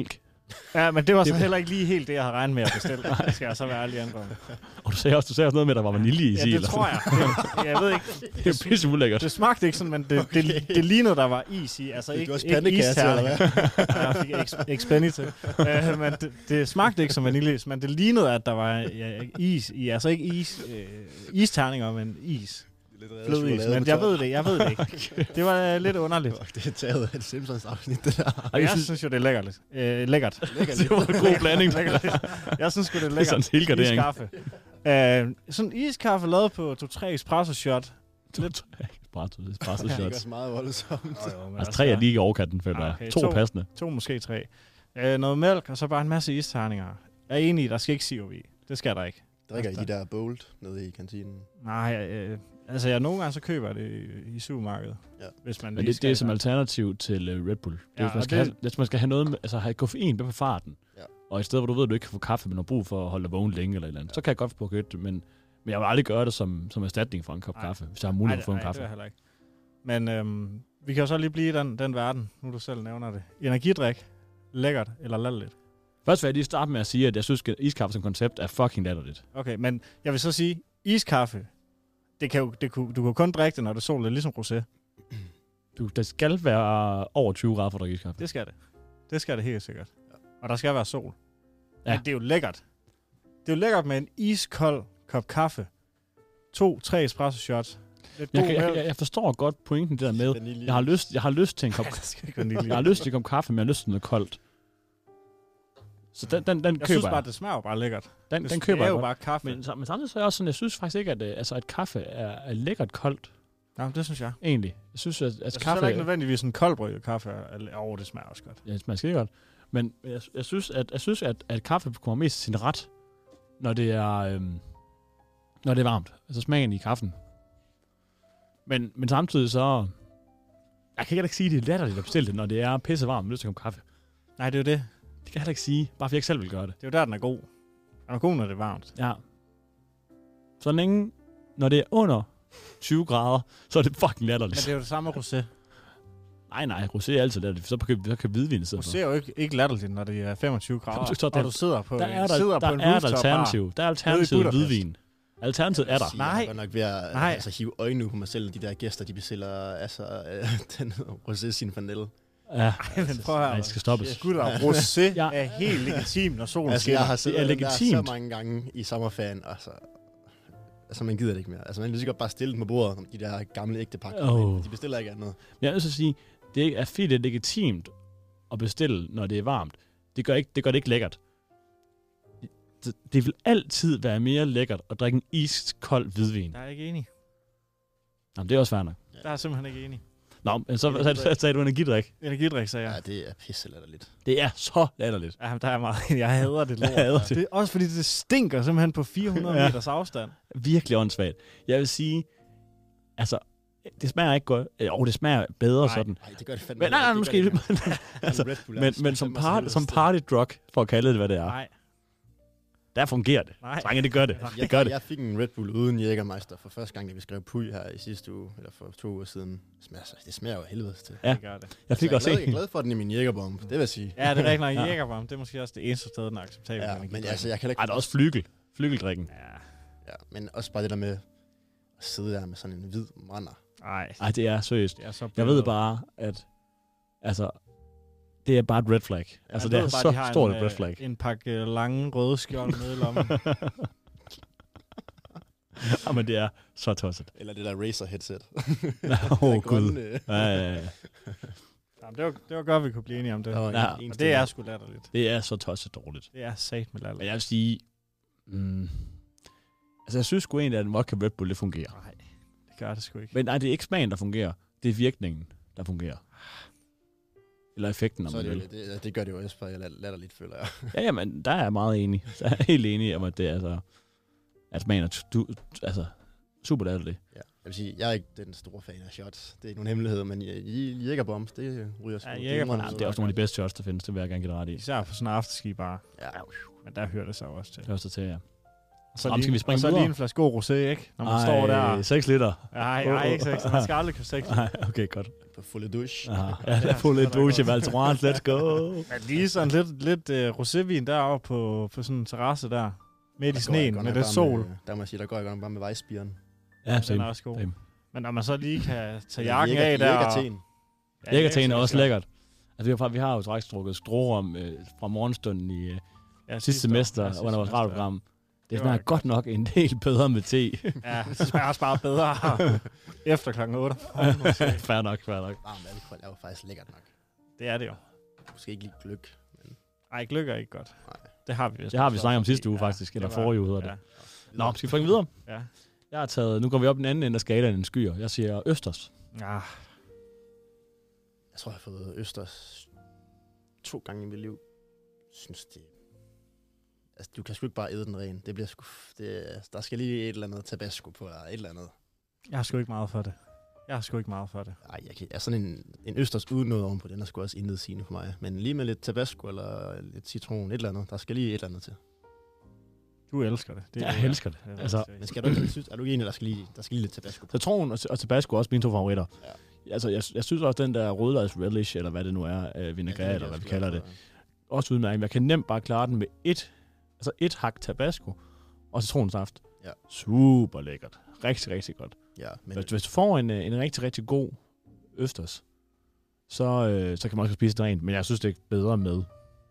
Ja, men det var så heller ikke lige helt det, jeg havde regnet med at bestille. Det skal jeg så være ærlig anrømme. Og du sagde også, du sagde også noget med, at der var vaniljeis i. Ja, det tror jeg. Det, jeg ved ikke. Det er pisse ulækkert. Det smagte ikke sådan, men det, okay. det, det lignede, der var is i. Altså ikke, ikke isterninger. Jeg fik ekspendi til. Uh, men det, det smagte ikke som vaniljeis, men det lignede, at der var ja, is i. Altså ikke is, øh, isterninger, men is. Flødeis, men jeg ved det, jeg ved det ikke. Det var uh, lidt underligt. Det er taget af et Simpsons afsnit, det der. Og jeg synes, synes jo, det er lækkert. Uh, lækkert. Det var en god blanding. Jeg synes det er lækkert. Det er sådan en iskaffe. Uh, sådan iskaffe lavet på to-tre espresso shot. Lidt espresso, espresso shots. Det er også meget voldsomt. Oh, jo, altså tre er lige i overkanten, føler jeg. Okay, to, to er passende. To, måske tre. Uh, noget mælk, og så bare en masse isterninger. Jeg er enig, der skal ikke sirup i. Det skal der ikke. Drikker I de der Bold nede i kantinen? Nej, øh, altså jeg nogle gange så køber det i, i supermarkedet. Ja. Hvis man Men det, det er som alternativ til uh, Red Bull. Det er, ja, hvis, man skal det, have, hvis man skal have noget med, altså have koffein med på farten, ja. Og i stedet hvor du ved, at du ikke kan få kaffe, men har brug for at holde dig vågen længe eller et eller andet, ja. Så kan jeg godt få købt det, men, men jeg vil aldrig gøre det som, som erstatning for en kop ej. Kaffe, hvis jeg har mulighed for at få en kaffe. Nej, det er ikke. Men øhm, vi kan jo så lige blive i den, den verden, nu du selv nævner det. Energidrik, lækkert eller latterligt? Først vil jeg lige starte med at sige, at jeg synes, at iskaffe som koncept er fucking latterligt. Okay, men jeg vil så sige, iskaffe, det kan jo, det kunne, du kan kun drikke det, når det er sol, det er ligesom rosé. Du, der skal være over tyve grader for at drikke iskaffe. Det skal det. Det skal det helt sikkert. Ja. Og der skal være sol. Ja. Men det er jo lækkert. Det er jo lækkert med en iskold kop kaffe. To, tre espresso shots. Jeg, jeg, jeg, jeg forstår godt pointen det der med, jeg har lyst, jeg har lyst til en kop, jeg har lyst til en kop kaffe, men jeg har lyst til noget koldt. Så den, den, den jeg køber synes bare, det smager jo bare lækkert. Den, det, den køber det er jeg jo godt. bare kaffe. Men, men samtidig så er jeg også sådan, jeg synes faktisk ikke, at, altså, at kaffe er, er lækkert koldt. Ja, det synes jeg. Egentlig. Jeg synes, at, at jeg kaffe... synes ikke nødvendigvis en koldbrygget kaffe. Åh, oh, det smager også godt. Ja, det smager skide godt. Men jeg, jeg synes, at, jeg synes at, at kaffe kommer mest til sin ret, når det er, øhm, når det er varmt. Altså smagen i kaffen. Men, men samtidig så... Jeg kan ikke sige, at det er latterligt at bestille det, når det er pisse varmt med lyst til at komme kaffe. Nej, det er jo det. Det kan jeg heller ikke sige, bare fordi jeg ikke selv vil gøre det. Det er jo der, den er god. Den er god, når det er varmt. Ja. Så længe, når det er under tyve grader, så er det fucking latterligt. Men det er jo det samme rosé. Nej, nej, rosé er altid latterligt. Så kan, så kan hvidvin sidde for. Rosé er jo ikke, ikke latterligt, når det er femogtyve grader, så, og du sidder på, der er der, sidder der på en er rooftop. Der alternativ. Der er alternativ hvidvin. Alternativet er der. Nej. Jeg er nok ved at Nej. Altså, hive øjnene på mig selv, de der gæster, de bestiller altså, øh, den rosé sin vanille. Ja, Ej, men prøv at høre. Nej, det skal stoppes. Gud, rosé ja. er helt legitimt, når solen altså, skinner. Jeg har siddet det er legitimt. Der så mange gange i sommerferien, altså, altså man gider det ikke mere. Altså man vil sikkert bare stille dem på bordet, de der gamle ægte pakker. Oh. De bestiller ikke andet. Jeg vil så sige, det er fint, det er legitimt at bestille, når det er varmt. Det gør, ikke, det gør det ikke lækkert. Det, det vil altid være mere lækkert at drikke en iskold hvidvin. Jeg er ikke enig. Jamen, det er også fair nok. Ja. Der er simpelthen ikke enig. Nå, men så sagde, sagde, sagde du energidrik. Energidrik, sagde jeg. Ja, det er pisse latterligt. Det er så latterligt. Ja, der er meget. Jeg hader det lort. Jeg hader det. Det er også fordi, det stinker simpelthen på fire hundrede ja. meters afstand. Virkelig åndssvagt. Jeg vil sige, altså, det smager ikke godt. Jo, det smager bedre nej, sådan. Nej, det gør det fandme. Men nej, nej, måske. altså, men men som, part, som party drug, for at kalde det, hvad det er. Nej. Der fungerer det. Nej. Drenge, det gør det. Jeg, det gør det. Jeg fik en Red Bull uden Jägermeister for første gang, da vi skrev Puy her i sidste uge, eller for to uger siden. Det smager, det smager jo helvedes til. Ja, det gør det. Jeg fik altså, også jeg, jeg er glad for den i min Jägerbomb, det vil jeg sige. Ja, det er rigtig nok. Ja. Jägerbomb, det er måske også det eneste sted, den er acceptabel. Ja, men altså, jeg kan ikke... Ej, der er også flygel. Flygeldrikken. Ja. Ja, men også bare det der med at sidde der med sådan en hvid brænder. Nej. Ej, det er seriøst. Det er så jeg ved bare, at altså, det er bare et red flag. Ja, altså, det er bare, så de stort et red flag. En pakke lange røde skjold nede i lommen. Jamen, det er så tosset. Eller det der Razer headset. Åh, oh, gud. Ja, ja, ja. Jamen, det, var, det var godt, vi kunne blive enige om det. Ja, ja, og det er sgu latterligt. Det er så tosset dårligt. Det er sat med latterligt. Men jeg vil sige, mm, altså jeg synes sgu egentlig, at en vodka Red Bull, det fungerer. Nej, det gør det sgu ikke. Men nej, det er ikke smagen, der fungerer. Det er virkningen, der fungerer. Eller effekten, om så man det, vil. Det, det gør det jo også bare latterligt, føler jeg. ja, jamen, der er jeg meget enig. Så er jeg helt enig om, at det er altså, at smagen er du, altså, super latterligt. Ja, jeg vil sige, jeg er ikke den store fan af shots. Det er ikke nogen hemmelighed, men Jägerbombs, det ryger sgu. Ja, ja, det er også nogle af de bedste shots, der findes. Det vil jeg gerne give ret i. Især på sådan en afterski bare. Ja. Men der hører det sig også til. Det hører sig til, ja. Og så, Jamen, lige, og så lige en flaske god rosé, ikke? Når man Ej, står der. seks liter. Nej, nej, ikke seks. Man skal aldrig købe seks liter. Nej, okay, godt. På Fulde Douche. Ja, ja Fulde Douche, Valtorans, let's go. Men lige sådan lidt, lidt uh, rosévin deroppe på, på sådan en terrasse der. Midt i sneen med lidt sol. Med, der må jeg sige, der går jeg godt bare med vejspiren. Ja, den same. er også god. Same. Men når man så lige kan tage jakken Jæger, af der... Jægerten. Ja, Jægerten er også lækkert. Altså, vi har, vi har jo straks drukket strorum øh, fra morgenstunden i øh, ja, sidste semester, ja, under vores radioprogram. Det smager godt nok en del bedre med te. Ja, det smager også bare bedre efter klokken otte. Fair nok, fair nok. Varm alkohol er jo faktisk lækkert nok. Det er det jo. Måske ikke lige gløk. Men... Ej, gløk er ikke godt. Nej. Det har vi. Det har vi snakket om sidste uge, faktisk. Ja, eller forrige uge hedder det. Ja. Nå, skal vi få videre? Ja. Jeg har taget, nu går vi op den anden ende af skalaen end skyer. Jeg siger Østers. Ja. Jeg tror, jeg har fået Østers to gange i mit liv. Jeg synes, det... Altså, du kan sgu ikke bare æde den ren. Det bliver sgu... Det, der skal lige et eller andet tabasco på, eller et eller andet. Jeg har sgu ikke meget for det. Jeg har sgu ikke meget for det. Nej, jeg kan... Jeg er sådan en, en Østers uden noget ovenpå. Den er sgu også indledsigende for mig. Men lige med lidt tabasco eller lidt citron, et eller andet. Der skal lige et eller andet til. Du elsker det. det jeg er, elsker det. det altså, men skal du ikke, synes, er du ikke enig, der skal lige, der skal lige lidt tabasco på? Citron og, og tabasco er også mine to favoritter. Ja. Altså, jeg, jeg synes også, den der rødlads relish, eller hvad det nu er, øh, vinaigrette, ja, eller hvad vi kalder det, også udmærket. Jeg kan nemt bare klare den med et, altså et hak tabasco og citronsaft. Ja. Super lækkert. Rigtig, rigtig godt. Ja, men hvis, hvis du får en, en rigtig, rigtig god østers, så, øh, så kan man også spise det rent. Men jeg synes, det er bedre med.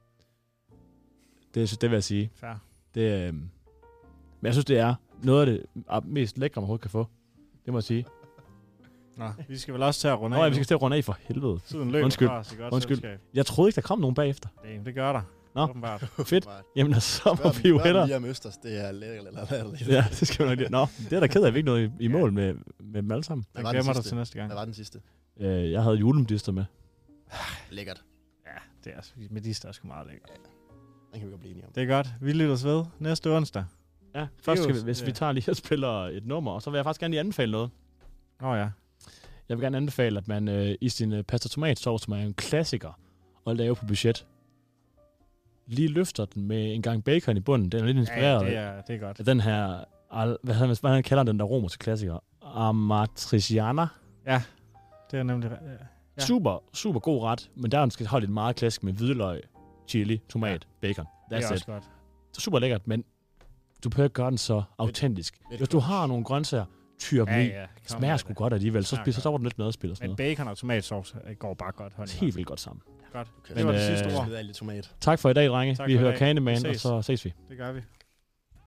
Det, det vil jeg sige. Fair. Det, øh, men jeg synes, det er noget af det mest lækre, man overhovedet kan få. Det må jeg sige. Nå, vi skal vel også til at runde af. Nå, ja, vi skal til at runde af for helvede. Tiden løber Undskyld. fra os i godt Undskyld. selskab. Jeg troede ikke, der kom nogen bagefter. Det, det gør der. Nå, åbenbart. Fedt. Jamen, så må vi jo hellere. hellere. Lige om Østers, det er lækkert. Ja, det skal vi nok lide. Nå, det er da ked af, at vi ikke nåede i, i mål med, med dem alle sammen. Hvad Jeg var glemmer den dig til næste gang. Hvad var den sidste? Øh, jeg havde julemedister med. Lækkert. Ja, det er altså, medister er sgu meget lækkert. Ja, den kan vi godt blive enige om. Det er godt. Vi lytter os ved næste onsdag. Ja, først skal vi, jo- hvis ja. vi tager lige og spiller et nummer, og så vil jeg faktisk gerne lige anbefale noget. Åh oh, ja. Jeg vil gerne anbefale, at man øh, i sin øh, pasta tomatsauce, som er en klassiker at lave på budget, lige løfter den med en gang bacon i bunden. Den er lidt inspireret Ja, det er, det er godt. af den her, al, hvad, han, hvad han kalder den der romerske klassiker, amatriciana. Ja, det er nemlig... Ja. Ja. Super, super god ret, men der skal holde et meget klassisk med hvidløg, chili, tomat, ja. bacon. Det er That's også it. godt. Super lækkert, men du behøver ikke gøre den så autentisk. lidt Hvis du har nogle grøntsager, tyr dem Ja, i. ja, kom Det smager med sgu det. godt alligevel. Så Smager spiser godt. så var den lidt madspil og sådan Men noget. bacon og tomatsauce går bare godt hånd i hånd. Helt vildt godt sammen. Godt. Okay. Det var det Men, sidste øh, ord. Lidt tomat. Tak for i dag, drenge. Tak Vi for i hører dag. Candyman, Vi og ses. så ses vi. Det gør vi.